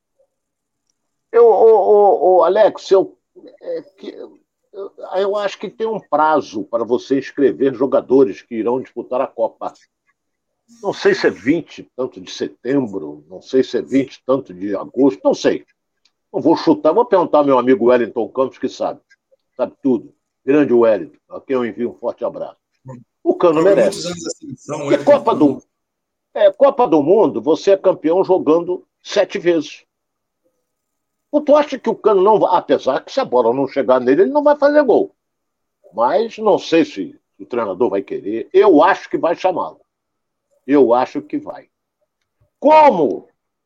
Alex, eu acho que tem um prazo para você inscrever jogadores que irão disputar a Copa. Não sei se é 20 tanto de setembro, não sei se é 20 tanto de agosto, não sei. Não vou chutar, vou perguntar ao meu amigo Wellington Campos, que sabe tudo. Grande Wellington, a quem eu envio um forte abraço. O Cano merece. E Copa do Mundo, você é campeão jogando 7 vezes. Tu acha que o Cano não vai, apesar que se a bola não chegar nele, ele não vai fazer gol. Mas não sei se o treinador vai querer. Eu acho que vai chamá-lo. Eu acho que vai. Como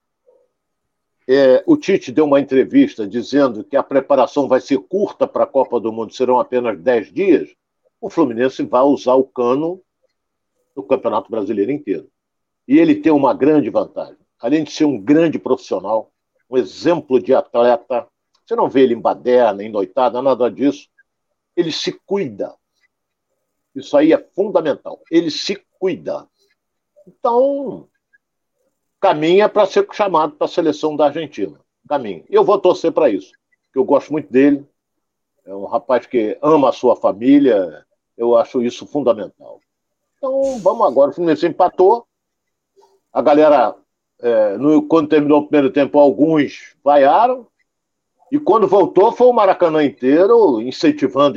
o Tite deu uma entrevista dizendo que a preparação vai ser curta para a Copa do Mundo, serão apenas 10 dias, o Fluminense vai usar o Cano no Campeonato Brasileiro inteiro. E ele tem uma grande vantagem. Além de ser um grande profissional, um exemplo de atleta, você não vê ele em baderna, em noitada, nada disso. Ele se cuida. Isso aí é fundamental. Ele se cuida. Então, caminha para ser chamado para a seleção da Argentina. Caminha. E eu vou torcer para isso, porque eu gosto muito dele. É um rapaz que ama a sua família. Eu acho isso fundamental. Então, vamos agora. O Fluminense empatou. A galera, quando terminou o primeiro tempo, alguns vaiaram. E quando voltou, foi o Maracanã inteiro incentivando.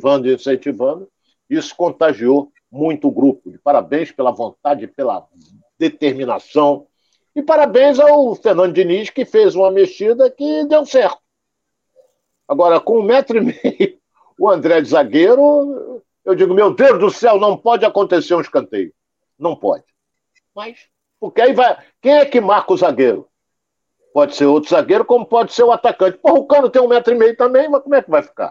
Isso contagiou muito o grupo. Parabéns pela vontade, pela determinação. E parabéns ao Fernando Diniz, que fez uma mexida que deu certo. Agora, com 1,5 m, o André de zagueiro, eu digo, meu Deus do céu, não pode acontecer um escanteio. Não pode. Mas, porque aí vai... Quem é que marca o zagueiro? Pode ser outro zagueiro, como pode ser o atacante. Porra, o Cano tem 1,5 m também, mas como é que vai ficar?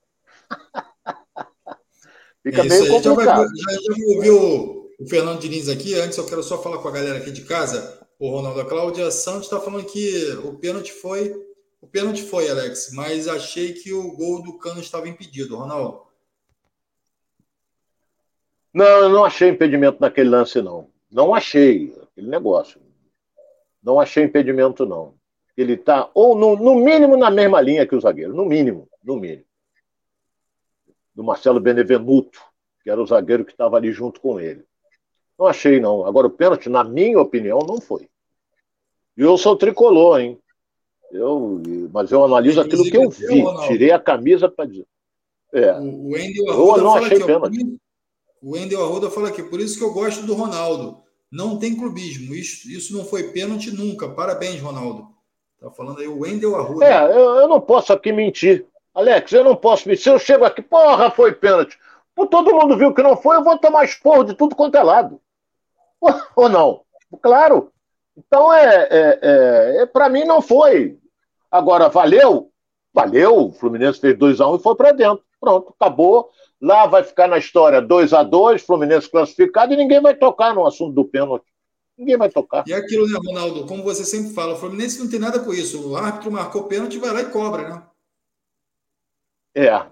Fica meio complicado. Já ouviu o Fernando Diniz aqui. Antes eu quero só falar com a galera aqui de casa. O Ronaldo, a Cláudia Santos está falando que o pênalti foi, Alex, mas achei que o gol do Cano estava impedido, Ronaldo. Não, eu não achei impedimento naquele lance, não. Não achei aquele negócio. Não achei impedimento, não. Ele está, ou no mínimo, na mesma linha que o zagueiro. No mínimo. Do Marcelo Benevenuto, que era o zagueiro que estava ali junto com ele. Não achei, não. Agora, o pênalti, na minha opinião, não foi. E eu sou tricolor, hein? Mas eu analiso aquilo que eu vi. Tirei a camisa para dizer. O Wendel Arruda não achei pênalti. O Wendel Arruda fala aqui, por isso que eu gosto do Ronaldo. Não tem clubismo. Isso não foi pênalti nunca. Parabéns, Ronaldo. Tá falando aí o Wendel Arruda. Eu não posso aqui mentir. Alex, eu não posso mentir. Se eu chego aqui, porra, foi pênalti. Todo mundo viu que não foi, eu vou tomar esporro de tudo quanto é lado. Ou não? Claro. Então, para mim não foi. Agora, valeu. O Fluminense fez 2-1 e foi para dentro. Pronto, acabou. Lá vai ficar na história 2-2, Fluminense classificado, e ninguém vai tocar no assunto do pênalti. Ninguém vai tocar. E é aquilo, né, Ronaldo? Como você sempre fala, o Fluminense não tem nada com isso. O árbitro marcou pênalti, vai lá e cobra, né? É.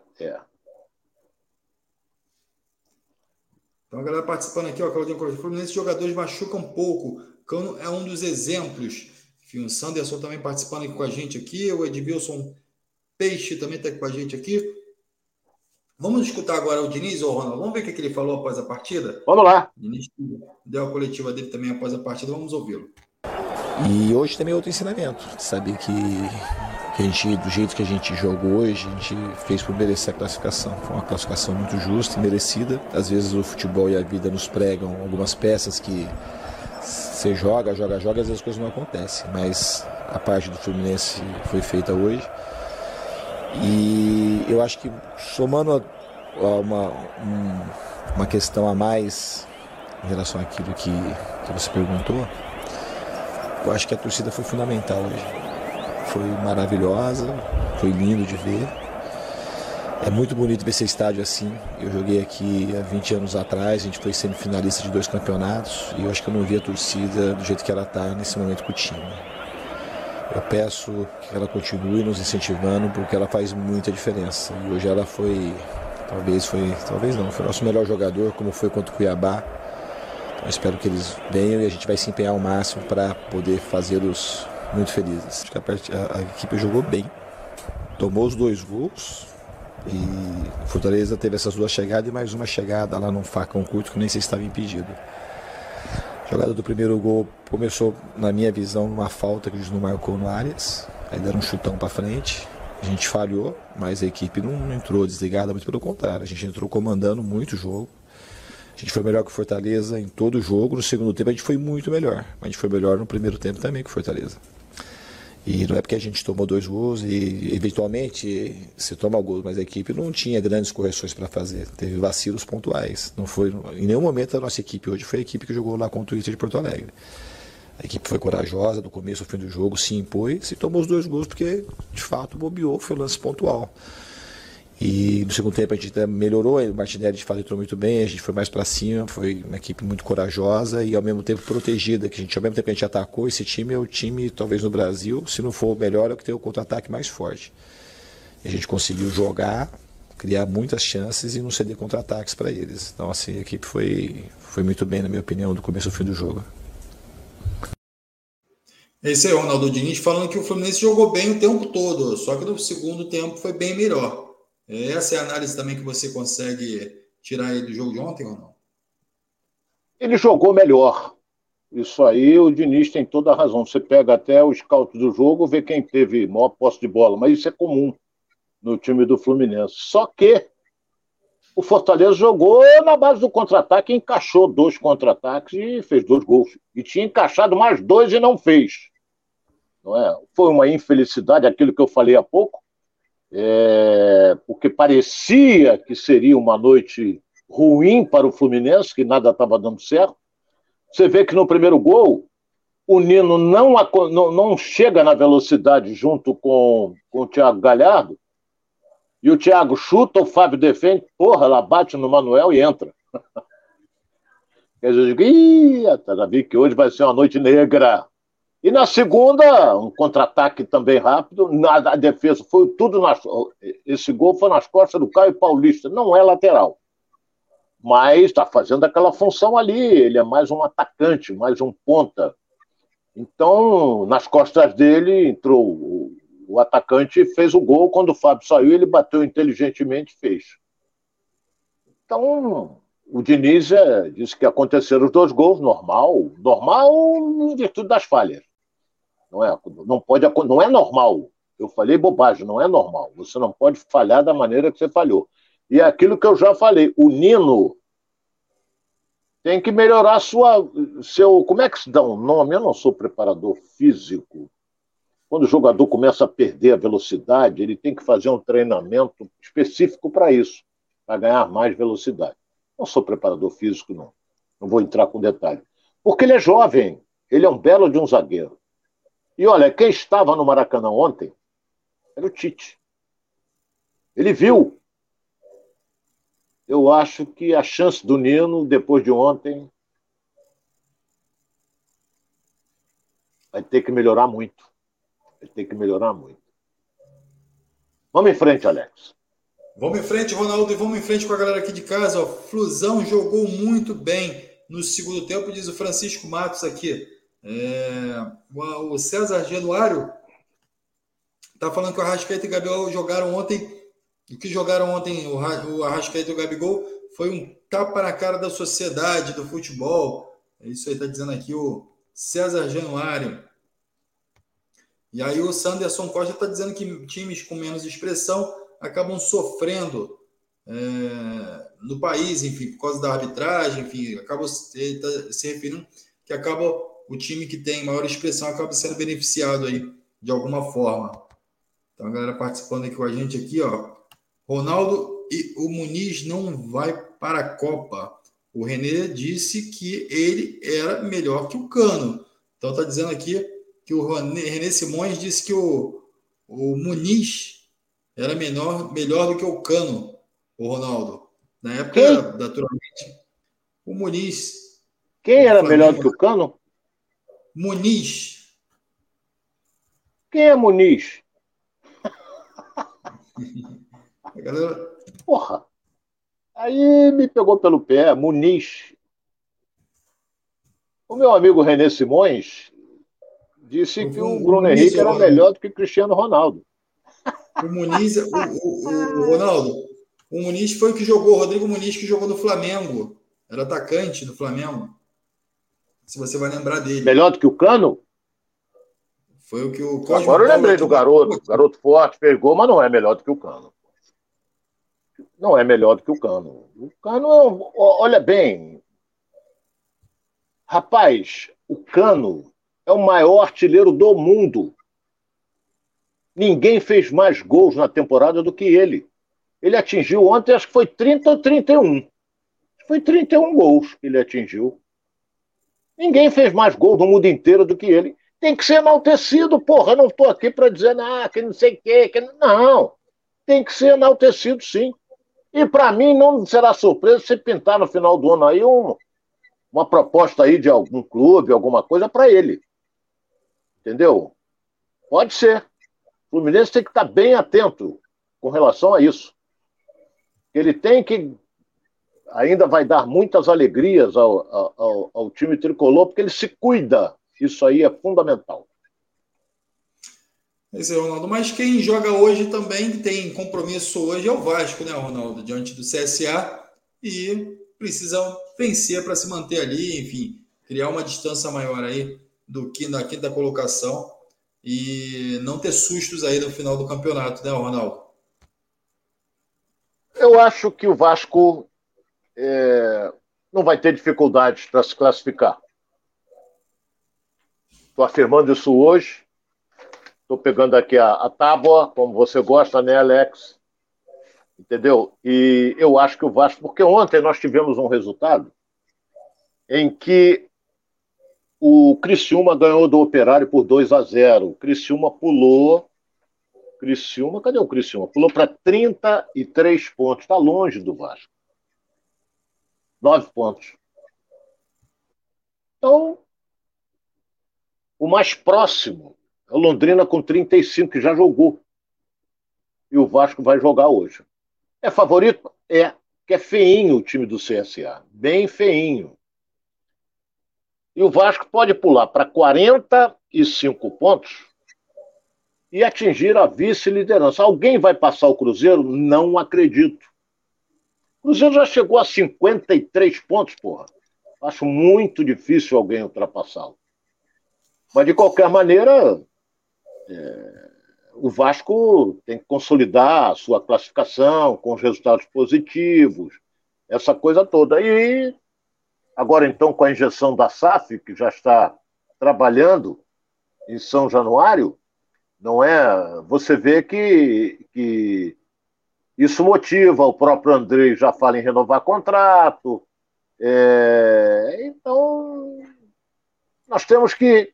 Então a galera participando aqui, ó, Claudinho Costa, Fluminense, jogadores machucam pouco. Cano é um dos exemplos. Enfim, o Sanderson também participando aqui com a gente aqui, o Edmilson Peixe também está aqui com a gente aqui. Vamos escutar agora o Diniz, ou Ronaldo? Vamos ver o que ele falou após a partida? Vamos lá. O Diniz deu a coletiva dele também após a partida, vamos ouvi-lo. E hoje também é outro ensinamento, saber que a gente, do jeito que a gente jogou hoje, a gente fez por merecer a classificação. Foi uma classificação muito justa e merecida. Às vezes o futebol e a vida nos pregam algumas peças que você joga, e às vezes as coisas não acontecem. Mas a parte do Fluminense foi feita hoje. E eu acho que, somando uma questão a mais em relação àquilo que você perguntou, eu acho que a torcida foi fundamental hoje. Foi maravilhosa, foi lindo de ver. É muito bonito ver esse estádio assim. Eu joguei aqui há 20 anos atrás, a gente foi semifinalista de 2 campeonatos, e eu acho que eu não vi a torcida do jeito que ela está nesse momento com o time. Eu peço que ela continue nos incentivando, porque ela faz muita diferença. E hoje ela foi o nosso melhor jogador, como foi contra o Cuiabá. Então, espero que eles venham e a gente vai se empenhar ao máximo para poder fazê-los muito felizes. Acho que a equipe jogou bem, tomou os 2 gols, e Fortaleza teve essas 2 chegadas e mais uma chegada lá num facão curto que nem sei se estava impedido. A jogada do primeiro gol começou, na minha visão, numa falta que a gente não marcou no Arias. Aí deram um chutão para frente. A gente falhou, mas a equipe não entrou desligada, muito pelo contrário. A gente entrou comandando muito o jogo. A gente foi melhor que o Fortaleza em todo o jogo. No segundo tempo a gente foi muito melhor. Mas a gente foi melhor no primeiro tempo também que o Fortaleza. E não é porque a gente tomou 2 gols e eventualmente se toma gol, mas a equipe não tinha grandes correções para fazer. Teve vacilos pontuais. Não foi, em nenhum momento a nossa equipe hoje foi a equipe que jogou lá contra o Inter de Porto Alegre. A equipe foi corajosa do começo ao fim do jogo, se impôs e tomou os 2 gols porque de fato bobeou, foi um lance pontual. E no segundo tempo a gente melhorou, o Martinelli de fato entrou muito bem, a gente foi mais para cima, foi uma equipe muito corajosa e ao mesmo tempo protegida, que ao mesmo tempo que a gente atacou, esse time é o time, talvez no Brasil, se não for o melhor, é o que tem o contra-ataque mais forte. E a gente conseguiu jogar, criar muitas chances e não ceder contra-ataques para eles. Então assim, a equipe foi muito bem, na minha opinião, do começo ao fim do jogo. Esse é o Ronaldo Diniz falando que o Fluminense jogou bem o tempo todo, só que no segundo tempo foi bem melhor. Essa é a análise também que você consegue tirar aí do jogo de ontem, ou não? Ele jogou melhor. Isso aí o Diniz tem toda a razão. Você pega até o scout do jogo, vê quem teve maior posse de bola, mas isso é comum no time do Fluminense. Só que o Fortaleza jogou na base do contra-ataque, encaixou 2 contra-ataques e fez 2 gols. E tinha encaixado mais 2 e não fez. Não é? Foi uma infelicidade, aquilo que eu falei há pouco, porque parecia que seria uma noite ruim para o Fluminense, que nada estava dando certo. Você vê que no primeiro gol, o Nino não chega na velocidade junto com o Thiago Galhardo, e o Thiago chuta, o Fábio defende, ela bate no Manuel e entra. Quer dizer, eu digo, já vi que hoje vai ser uma noite negra. E na segunda, um contra-ataque também rápido, a defesa foi tudo esse gol foi nas costas do Caio Paulista, não é lateral. Mas está fazendo aquela função ali, ele é mais um atacante, mais um ponta. Então, nas costas dele, entrou o atacante e fez o gol. Quando o Fábio saiu, ele bateu inteligentemente e fez. Então, o Diniz disse que aconteceram os 2 gols, normal em virtude das falhas. Não é normal. Eu falei bobagem, não é normal. Você não pode falhar da maneira que você falhou. E é aquilo que eu já falei, o Nino tem que melhorar como é que se dá um nome? Eu não sou preparador físico. Quando o jogador começa a perder a velocidade, ele tem que fazer um treinamento específico para isso, para ganhar mais velocidade. Não sou preparador físico, não. Não vou entrar com detalhe. Porque ele é jovem, ele é um belo de um zagueiro. E olha, quem estava no Maracanã ontem era o Tite. Ele viu eu acho que a chance do Nino, depois de ontem, vai ter que melhorar muito. Vai ter que melhorar muito. Vamos em frente, Alex. Vamos em frente, Ronaldo, e vamos em frente com a galera aqui de casa. Ó. Flusão jogou muito bem no segundo tempo, diz o Francisco Matos aqui. O César Januário está falando que o Arrascaeta e o Gabigol jogaram ontem. O que jogaram ontem, o Arrascaeta e o Gabigol, foi um tapa na cara da sociedade, do futebol. É isso aí, está dizendo aqui o César Januário. E aí o Sanderson Costa está dizendo que times com menos expressão acabam sofrendo no país, enfim, por causa da arbitragem, enfim, acaba se referindo que acaba o time que tem maior expressão acaba sendo beneficiado aí de alguma forma. Então a galera participando aqui com a gente aqui, ó. Ronaldo e o Muniz não vai para a Copa. O René disse que ele era melhor que o Cano. Então tá dizendo aqui que o René Simões disse que o Muniz era melhor do que o Cano, o Ronaldo. Na época, naturalmente, o Muniz. Quem era melhor do que o Cano? Muniz. Quem é Muniz? A galera... Porra! Aí me pegou pelo pé, Muniz. O meu amigo René Simões disse que o Bruno Henrique era melhor do que o Cristiano Ronaldo. O Muniz, o Ronaldo, o Muniz foi o que jogou, o Rodrigo Muniz que jogou no Flamengo. Era atacante do Flamengo. Se você vai lembrar dele. Melhor do que o Cano? Foi o que o Cosmo Agora eu lembrei do garoto forte, pegou, mas não é melhor do que o Cano. Não é melhor do que o Cano. O Cano, olha bem, rapaz, o Cano é o maior artilheiro do mundo. Ninguém fez mais gols na temporada do que ele. Ele atingiu ontem, acho que foi 30 ou 31. Foi 31 gols que ele atingiu. Ninguém fez mais gols no mundo inteiro do que ele. Tem que ser enaltecido, porra. Eu não estou aqui para dizer que não sei o quê. Não. Tem que ser enaltecido, sim. E para mim não será surpresa se pintar no final do ano aí uma proposta aí de algum clube, alguma coisa para ele. Entendeu? Pode ser. O Fluminense tem que estar bem atento com relação a isso. Ele tem que... Ainda vai dar muitas alegrias ao time tricolor, porque ele se cuida. Isso aí é fundamental. Esse é, Ronaldo. Mas quem joga hoje também tem compromisso hoje é o Vasco, né, Ronaldo? Diante do CSA. E precisa vencer para se manter ali, enfim, criar uma distância maior aí do que na quinta colocação e não ter sustos aí no final do campeonato, né, Ronaldo? Eu acho que o Vasco não vai ter dificuldades para se classificar. Estou afirmando isso hoje. Estou pegando aqui a tábua, como você gosta, né, Alex? Entendeu? E eu acho que o Vasco... Porque ontem nós tivemos um resultado em que o Criciúma ganhou do Operário por 2-0. O Criciúma pulou... Cadê o Criciúma? Pulou para 33 pontos. Está longe do Vasco. 9 pontos. Então, o mais próximo é o Londrina com 35, que já jogou. E o Vasco vai jogar hoje. É favorito? É. Que é feinho o time do CSA. Bem feinho. E o Vasco pode pular para 45 pontos e atingir a vice-liderança. Alguém vai passar o Cruzeiro? Não acredito. O Cruzeiro já chegou a 53 pontos, porra. Acho muito difícil alguém ultrapassá-lo. Mas, de qualquer maneira, o Vasco tem que consolidar a sua classificação com os resultados positivos, essa coisa toda. E agora, então, com a injeção da SAF, que já está trabalhando em São Januário, não é? Você vê que isso motiva, o próprio Andrei já fala em renovar contrato. Então, nós temos que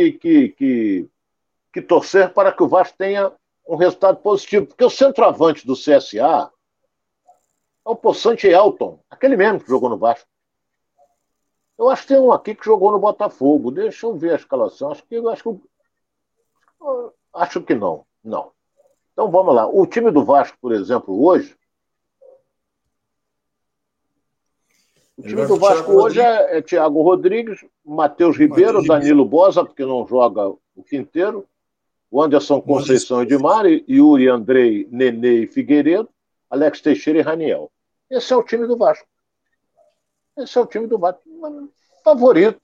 torcer para que o Vasco tenha um resultado positivo, porque o centroavante do CSA É o Poçante Elton, aquele mesmo que jogou no Vasco. Eu acho que tem um aqui que jogou no Botafogo. Deixa eu ver a escalação. Acho que não. Não. Então vamos lá. O time do Vasco, por exemplo, hoje. O time do Vasco hoje é Thiago Rodrigues, Matheus Ribeiro, Danilo Bosa, porque não joga o Quinteiro, o Anderson Conceição Edmar, Yuri, Andrei, Nenê e Figueiredo, Alex Teixeira e Raniel. Esse é o time do Vasco. Esse é o time do Vasco. Favorito.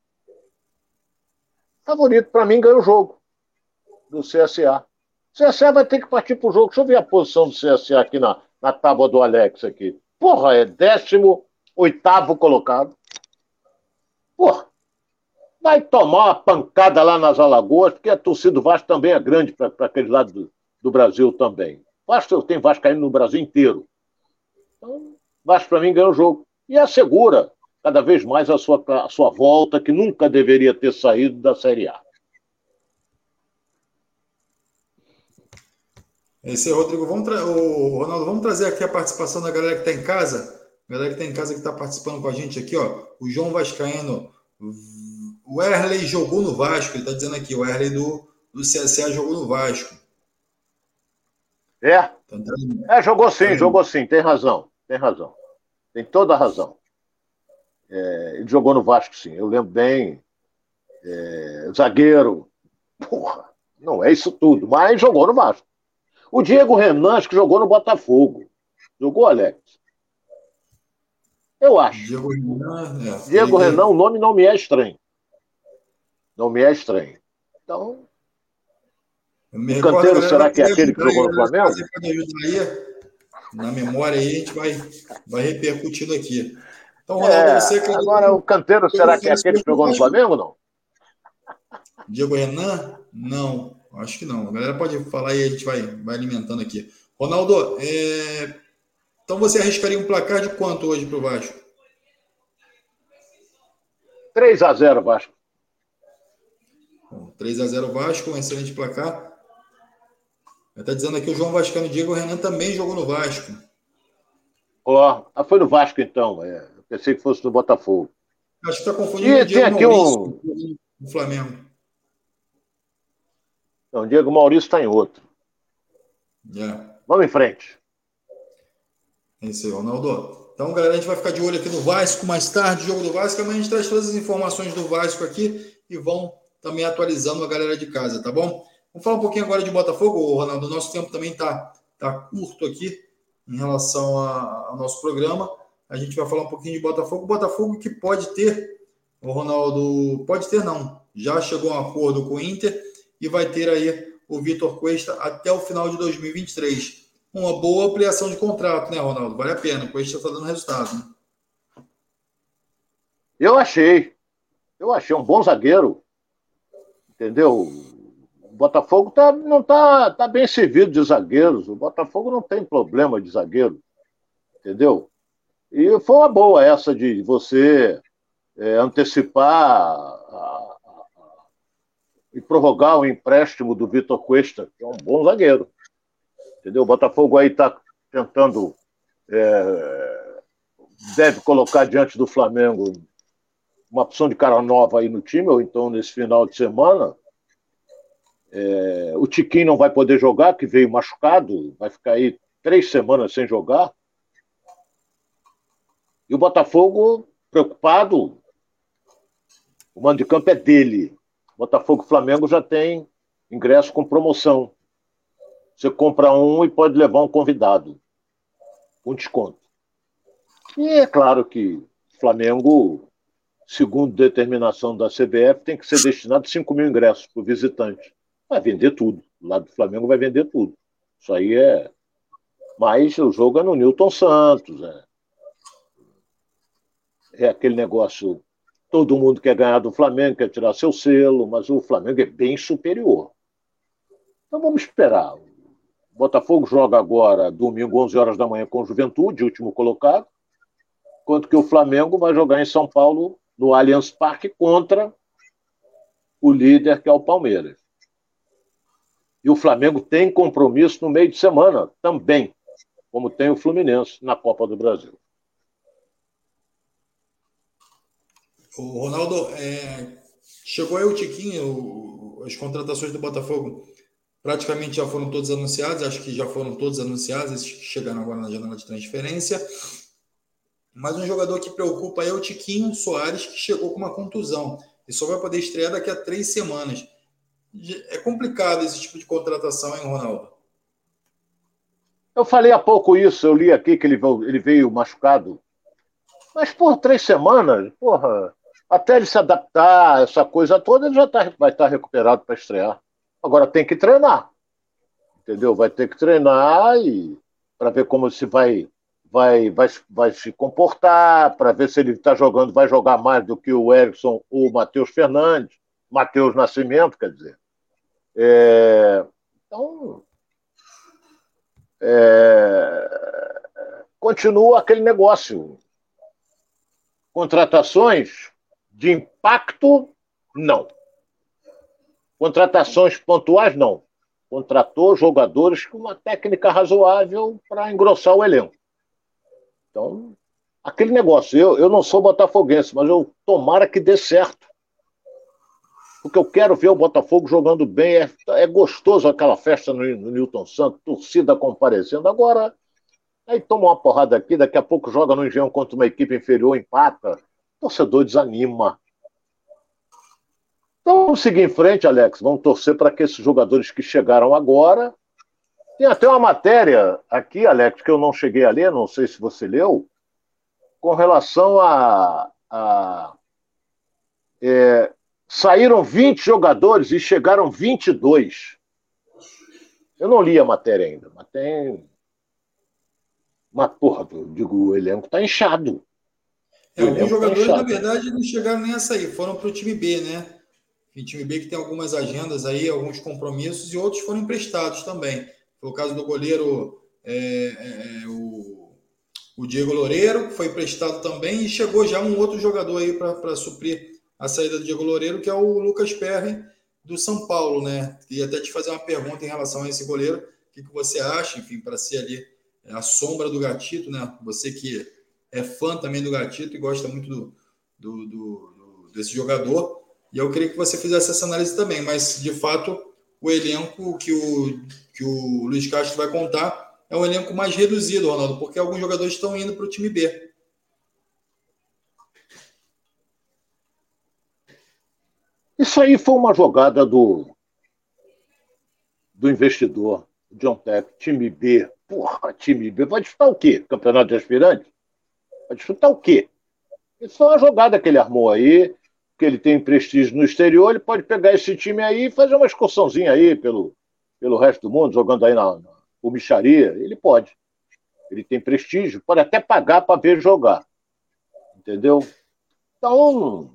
Favorito. Para mim, ganha o jogo do CSA. O CSA vai ter que partir pro jogo. Deixa eu ver a posição do CSA aqui na tábua do Alex aqui. Porra, é 18º colocado. Porra. Vai tomar uma pancada lá nas Alagoas, porque a torcida do Vasco também é grande para aquele lado do Brasil também. Vasco tem vascaíno no Brasil inteiro. Então, Vasco, para mim, ganha o jogo. E assegura cada vez mais a sua volta, que nunca deveria ter saído da Série A. Esse é Rodrigo. Ronaldo, vamos trazer aqui a participação da galera que está em casa. A galera que está em casa que está participando com a gente aqui, ó. O João Vascaíno. O Erley jogou no Vasco. Ele está dizendo aqui, o Erley do CSA jogou no Vasco. Jogou sim, tem razão. Tem toda a razão. Ele jogou no Vasco, sim. Eu lembro bem. Zagueiro. Porra, não é isso tudo, mas jogou no Vasco. O Diego Renan, acho que jogou no Botafogo. Jogou, Alex? Eu acho. Diego Renan, o nome não me é estranho. Então, o Canteiro, será que é aquele que jogou no Flamengo? Na memória aí, a gente vai repercutindo aqui. Então, Ronaldo, você... Agora, o Canteiro, será que é aquele que jogou no Flamengo ou não? Diego Renan? Não, acho que não. A galera pode falar e a gente vai alimentando aqui. Ronaldo, então você arriscaria um placar de quanto hoje para o Vasco? 3-0 Vasco. 3-0 Vasco, um excelente placar. Está dizendo aqui o João Vascaíno, Diego Renan também jogou no Vasco. Foi no Vasco então. Eu pensei que fosse no Botafogo. Acho que está confundindo o Diego Maurício com o Flamengo. Não, o Diego Maurício está em outro. Vamos em frente. É isso aí, Ronaldo. Então, galera, a gente vai ficar de olho aqui no Vasco mais tarde, jogo do Vasco. Amanhã a gente traz todas as informações do Vasco aqui e vão também atualizando a galera de casa, tá bom? Vamos falar um pouquinho agora de Botafogo, Ronaldo. O nosso tempo também tá curto aqui em relação ao nosso programa. A gente vai falar um pouquinho de Botafogo. Botafogo que pode ter, o Ronaldo, pode ter não, já chegou a um acordo com o Inter e vai ter aí o Vitor Cuesta até o final de 2023. Uma boa ampliação de contrato, né, Ronaldo? Vale a pena, o Cuesta está dando resultado, né? Eu achei um bom zagueiro, entendeu? O Botafogo não tá bem servido de zagueiros. O Botafogo não tem problema de zagueiro, entendeu? E foi uma boa essa de você antecipar e prorrogar o empréstimo do Vitor Cuesta, que é um bom zagueiro, entendeu? O Botafogo aí está tentando deve colocar diante do Flamengo uma opção de cara nova aí no time, ou então nesse final de semana. O Tiquinho não vai poder jogar, que veio machucado, vai ficar aí 3 semanas sem jogar. E o Botafogo, preocupado, o mando de campo é dele. Botafogo e Flamengo já tem ingresso com promoção. Você compra um e pode levar um convidado, com desconto. E é claro que o Flamengo, segundo determinação da CBF, tem que ser destinado 5 mil ingressos para o visitante. Vai vender tudo. O lado do Flamengo vai vender tudo. Isso aí é... Mas o jogo é no Newton Santos. É aquele negócio... Todo mundo quer ganhar do Flamengo, quer tirar seu selo, mas o Flamengo é bem superior. Então vamos esperar. O Botafogo joga agora, domingo, 11 horas da manhã, com o Juventude, último colocado, enquanto que o Flamengo vai jogar em São Paulo, no Allianz Parque, contra o líder, que é o Palmeiras. E o Flamengo tem compromisso no meio de semana também. como tem o Fluminense na Copa do Brasil. O Ronaldo, chegou aí o Tiquinho, as contratações do Botafogo praticamente já foram todas anunciadas, acho que já foram todas anunciadas, esses que chegaram agora na janela de transferência. Mas um jogador que preocupa é o Tiquinho Soares, que chegou com uma contusão e só vai poder estrear daqui a 3 semanas. É complicado esse tipo de contratação, hein, Ronaldo? Eu falei há pouco isso, eu li aqui que ele veio machucado. Mas, por 3 semanas, até ele se adaptar, essa coisa toda, ele já vai estar recuperado para estrear. Agora tem que treinar, entendeu? Vai ter que treinar para ver como se vai se comportar, para ver se ele está jogando, vai jogar mais do que o Erickson ou o Matheus Fernandes, Matheus Nascimento, quer dizer. Então, continua aquele negócio. Contratações de impacto, não. Contratações pontuais, não. Contratou jogadores com uma técnica razoável para engrossar o elenco. Então, aquele negócio. Eu não sou botafoguense, mas eu tomara que dê certo. Porque eu quero ver o Botafogo jogando bem. É gostoso aquela festa no Newton Santos, torcida comparecendo. Agora, aí toma uma porrada aqui, daqui a pouco joga no Engenhão contra uma equipe inferior, empata. O torcedor desanima. Então vamos seguir em frente, Alex. Vamos torcer para que esses jogadores que chegaram agora... Tem até uma matéria aqui, Alex, que eu não cheguei a ler, não sei se você leu, com relação saíram 20 jogadores e chegaram 22. Eu não li a matéria ainda, mas tem... Mas, eu digo, o elenco está inchado. Alguns jogadores, na verdade, não chegaram nem a sair, foram para o time B, né? O time B que tem algumas agendas aí, alguns compromissos, e outros foram emprestados também. Foi o caso do goleiro o Diego Loureiro, que foi emprestado também, e chegou já um outro jogador aí para suprir a saída do Diego Loureiro, que é o Lucas Perry, do São Paulo, né? Queria até te fazer uma pergunta em relação a esse goleiro, o que você acha, enfim, para ser ali a sombra do Gatito, né? Você que é fã também do Gatito e gosta muito desse jogador, e eu queria que você fizesse essa análise também, mas de fato o elenco que o Luiz Castro vai contar é um elenco mais reduzido, Ronaldo, porque alguns jogadores estão indo para o time B. Isso aí foi uma jogada do investidor, John Tepp, time B. Time B. Vai disputar o quê? Campeonato de aspirantes? Vai disputar o quê? Isso foi uma jogada que ele armou aí, que ele tem prestígio no exterior, ele pode pegar esse time aí e fazer uma excursãozinha aí pelo resto do mundo, jogando aí na micharia. Ele pode. Ele tem prestígio, pode até pagar para ver jogar. Entendeu? Então,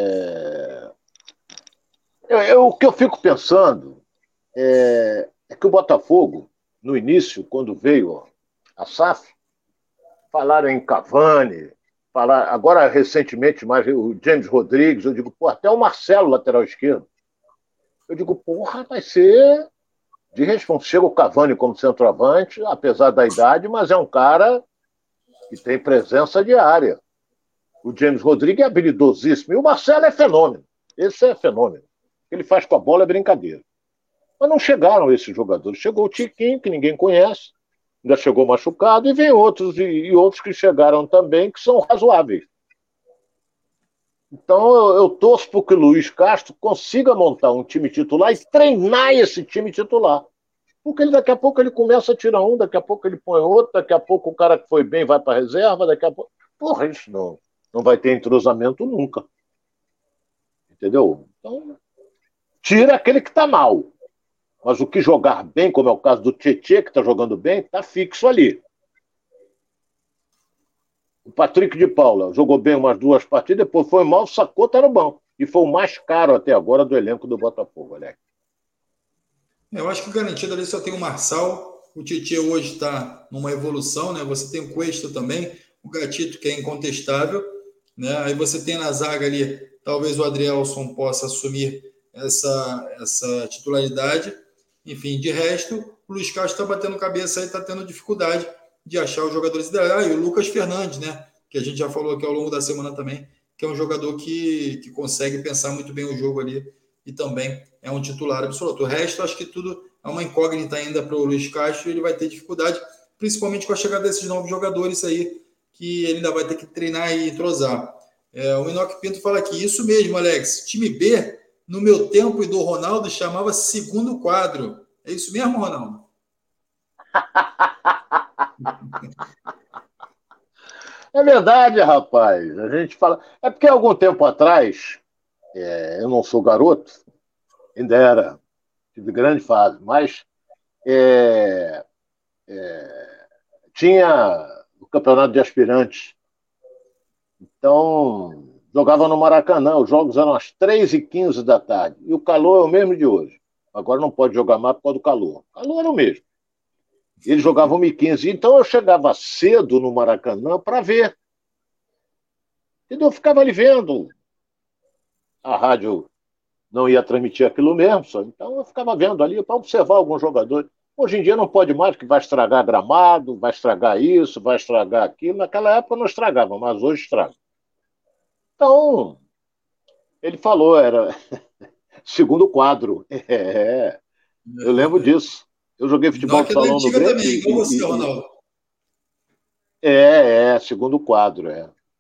o que eu fico pensando é que o Botafogo, no início, quando veio a SAF, falaram em Cavani, agora recentemente mais o James Rodrigues, eu digo, até o Marcelo, lateral esquerdo. Eu digo, vai ser de responsa. Chega o Cavani como centroavante, apesar da idade, mas é um cara que tem presença de área. O James Rodrigues é habilidosíssimo, e o Marcelo é fenômeno. Esse é fenômeno. O que ele faz com a bola é brincadeira. Mas não chegaram esses jogadores. Chegou o Tiquinho, que ninguém conhece, ainda chegou machucado, e vem outros, e outros que chegaram também, que são razoáveis. Então eu torço para que o Luiz Castro consiga montar um time titular e treinar esse time titular. Porque daqui a pouco ele começa a tirar um, daqui a pouco ele põe outro, daqui a pouco o cara que foi bem vai para a reserva, daqui a pouco... isso não vai ter entrosamento nunca. Entendeu? Então, tira aquele que está mal. Mas o que jogar bem, como é o caso do Tietê, que está jogando bem, está fixo ali. O Patrick de Paula jogou bem umas 2 partidas, depois foi mal, sacou, está no banco. E foi o mais caro até agora do elenco do Botafogo, Alex. Eu acho que garantido ali só tem o Marçal. O Tietê hoje está numa evolução, né? Você tem o Cuesta também, o Gatito, que é incontestável, né? Aí você tem na zaga ali, talvez o Adrielson possa assumir essa titularidade. Enfim, de resto, o Luiz Castro está batendo cabeça aí, está tendo dificuldade de achar os jogadores ideais. E o Lucas Fernandes, né? Que a gente já falou aqui ao longo da semana também, que é um jogador que consegue pensar muito bem o jogo ali e também é um titular absoluto. O resto, acho que tudo é uma incógnita ainda para o Luiz Castro, ele vai ter dificuldade, principalmente com a chegada desses novos jogadores aí, que ele ainda vai ter que treinar e entrosar. O Enoque Pinto fala aqui, isso mesmo, Alex, time B, no meu tempo e do Ronaldo, chamava segundo quadro. É isso mesmo, Ronaldo? É verdade, rapaz. A gente fala. É porque algum tempo atrás, eu não sou garoto, ainda era, tive grande fase, mas tinha o campeonato de aspirantes. Então, jogava no Maracanã, os jogos eram às 3h15 da tarde. E o calor é o mesmo de hoje. Agora não pode jogar mais por causa do calor. O calor era o mesmo. Eles jogavam 1h15. Então eu chegava cedo no Maracanã para ver. Entendeu? Eu ficava ali vendo. A rádio não ia transmitir aquilo mesmo, só. Então eu ficava vendo ali para observar alguns jogadores. Hoje em dia não pode mais, porque vai estragar gramado, vai estragar isso, vai estragar aquilo. Naquela época não estragava, mas hoje estraga. Então, ele falou, era segundo quadro. Eu lembro disso. Eu joguei futebol de salão no Grêmio. Também, igual você, Ronaldo. Segundo quadro,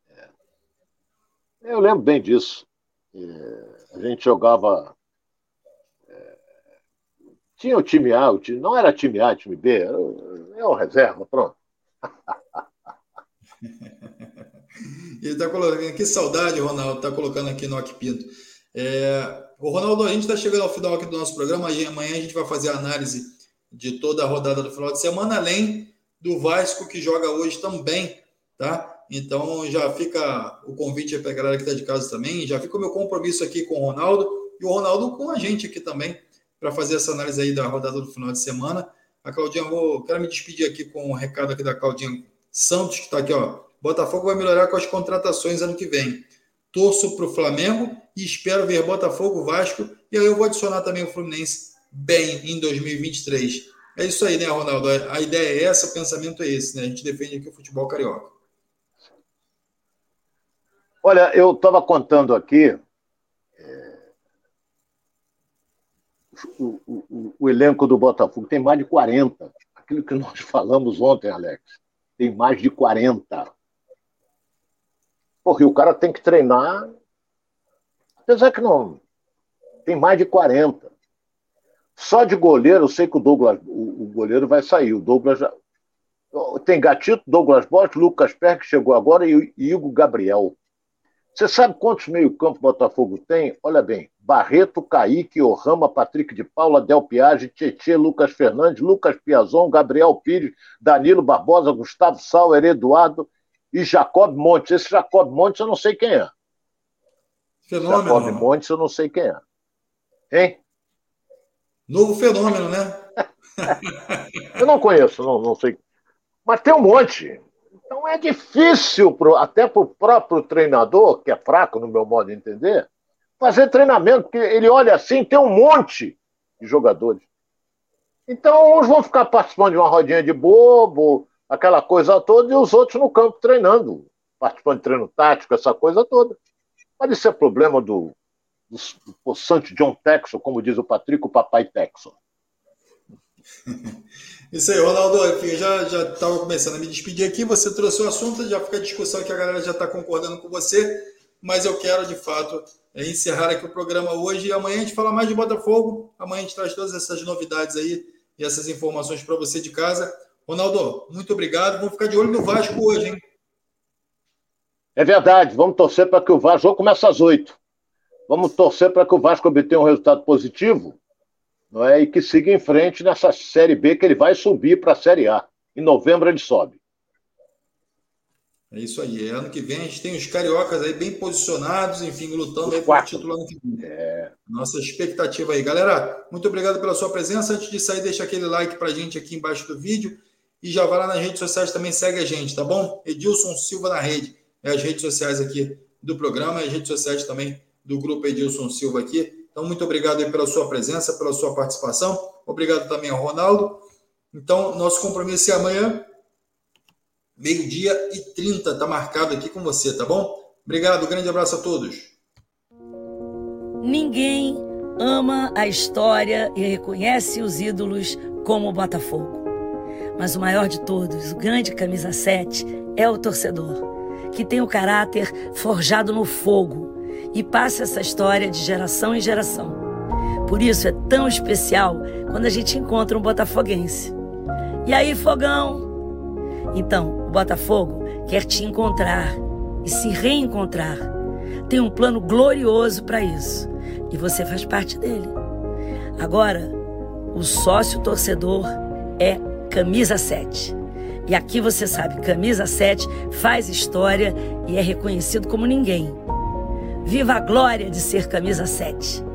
Eu lembro bem disso. A gente jogava... Tinha o time A, não era time A, time B, era o reserva, pronto. Ele está colocando, que saudade, Ronaldo, está colocando aqui no Pinto. O Ronaldo, a gente está chegando ao final aqui do nosso programa, e amanhã a gente vai fazer a análise de toda a rodada do final de semana, além do Vasco, que joga hoje também, tá? Então já fica o convite para a galera que está de casa também, já fica o meu compromisso aqui com o Ronaldo, e o Ronaldo com a gente aqui também, para fazer essa análise aí da rodada do final de semana. A Claudinha, quero me despedir aqui com um recado aqui da Claudinha Santos, que está aqui, ó. Botafogo vai melhorar com as contratações ano que vem. Torço para o Flamengo e espero ver Botafogo, Vasco, e aí eu vou adicionar também o Fluminense bem em 2023. É isso aí, né, Ronaldo? A ideia é essa, o pensamento é esse, né? A gente defende aqui o futebol carioca. Olha, eu estava contando aqui o elenco do Botafogo tem mais de 40. Aquilo que nós falamos ontem, Alex, tem mais de 40. Porque o cara tem que treinar, apesar que não, tem mais de 40. Só de goleiro, eu sei que o Douglas, o goleiro vai sair. O Douglas já... Tem Gatito, Douglas Borges, Lucas Perry, que chegou agora, e Igor Gabriel. Você sabe quantos meio-campo o Botafogo tem? Olha bem, Barreto, Kaique, Orrama, Patrick de Paula, Del Piage, Tietê, Lucas Fernandes, Lucas Piazon, Gabriel Pires, Danilo Barbosa, Gustavo Sauer, Eduardo e Jacob Montes. Esse Jacob Montes eu não sei quem é. Fenômeno. Jacob Montes eu não sei quem é. Hein? Novo fenômeno, né? Eu não conheço, não sei. Mas tem um monte. Então é difícil, até para o próprio treinador, que é fraco no meu modo de entender, fazer treinamento, porque ele olha assim, tem um monte de jogadores. Então, uns vão ficar participando de uma rodinha de bobo, aquela coisa toda, e os outros no campo treinando, participando de treino tático, essa coisa toda. Mas isso é problema do possante John Texon, como diz o Patrick, o papai Texon. Isso aí, Ronaldo, eu já estava começando a me despedir aqui, você trouxe o assunto, já fica a discussão que a galera já está concordando com você, mas eu quero, de fato, encerrar aqui o programa hoje, e amanhã a gente fala mais de Botafogo, amanhã a gente traz todas essas novidades aí, e essas informações para você de casa. Ronaldo, muito obrigado, vamos ficar de olho no Vasco hoje, hein? É verdade, vamos torcer para que o Vasco, jogo começa às 8, vamos torcer para que o Vasco obtenha um resultado positivo, não é? E que siga em frente nessa Série B, que ele vai subir para a Série A. Em novembro ele sobe. É isso aí. Ano que vem a gente tem os cariocas aí bem posicionados, enfim, lutando aí por título ano que vem. Nossa expectativa aí. Galera, muito obrigado pela sua presença. Antes de sair, deixa aquele like pra gente aqui embaixo do vídeo e já vai lá nas redes sociais também, segue a gente, tá bom? Edilson Silva na rede. É as redes sociais aqui do programa e as redes sociais também do grupo Edilson Silva aqui. Então, muito obrigado aí pela sua presença, pela sua participação. Obrigado também ao Ronaldo. Então, nosso compromisso é amanhã, 12h30 está marcado aqui com você, tá bom? Obrigado, grande abraço a todos. Ninguém ama a história e reconhece os ídolos como o Botafogo. Mas o maior de todos, o grande camisa 7, é o torcedor, que tem o caráter forjado no fogo e passa essa história de geração em geração. Por isso é tão especial quando a gente encontra um botafoguense. E aí, Fogão? Então, o Botafogo quer te encontrar e se reencontrar. Tem um plano glorioso para isso e você faz parte dele. Agora, o sócio torcedor é Camisa 7. E aqui você sabe, Camisa 7 faz história e é reconhecido como ninguém. Viva a glória de ser Camisa 7!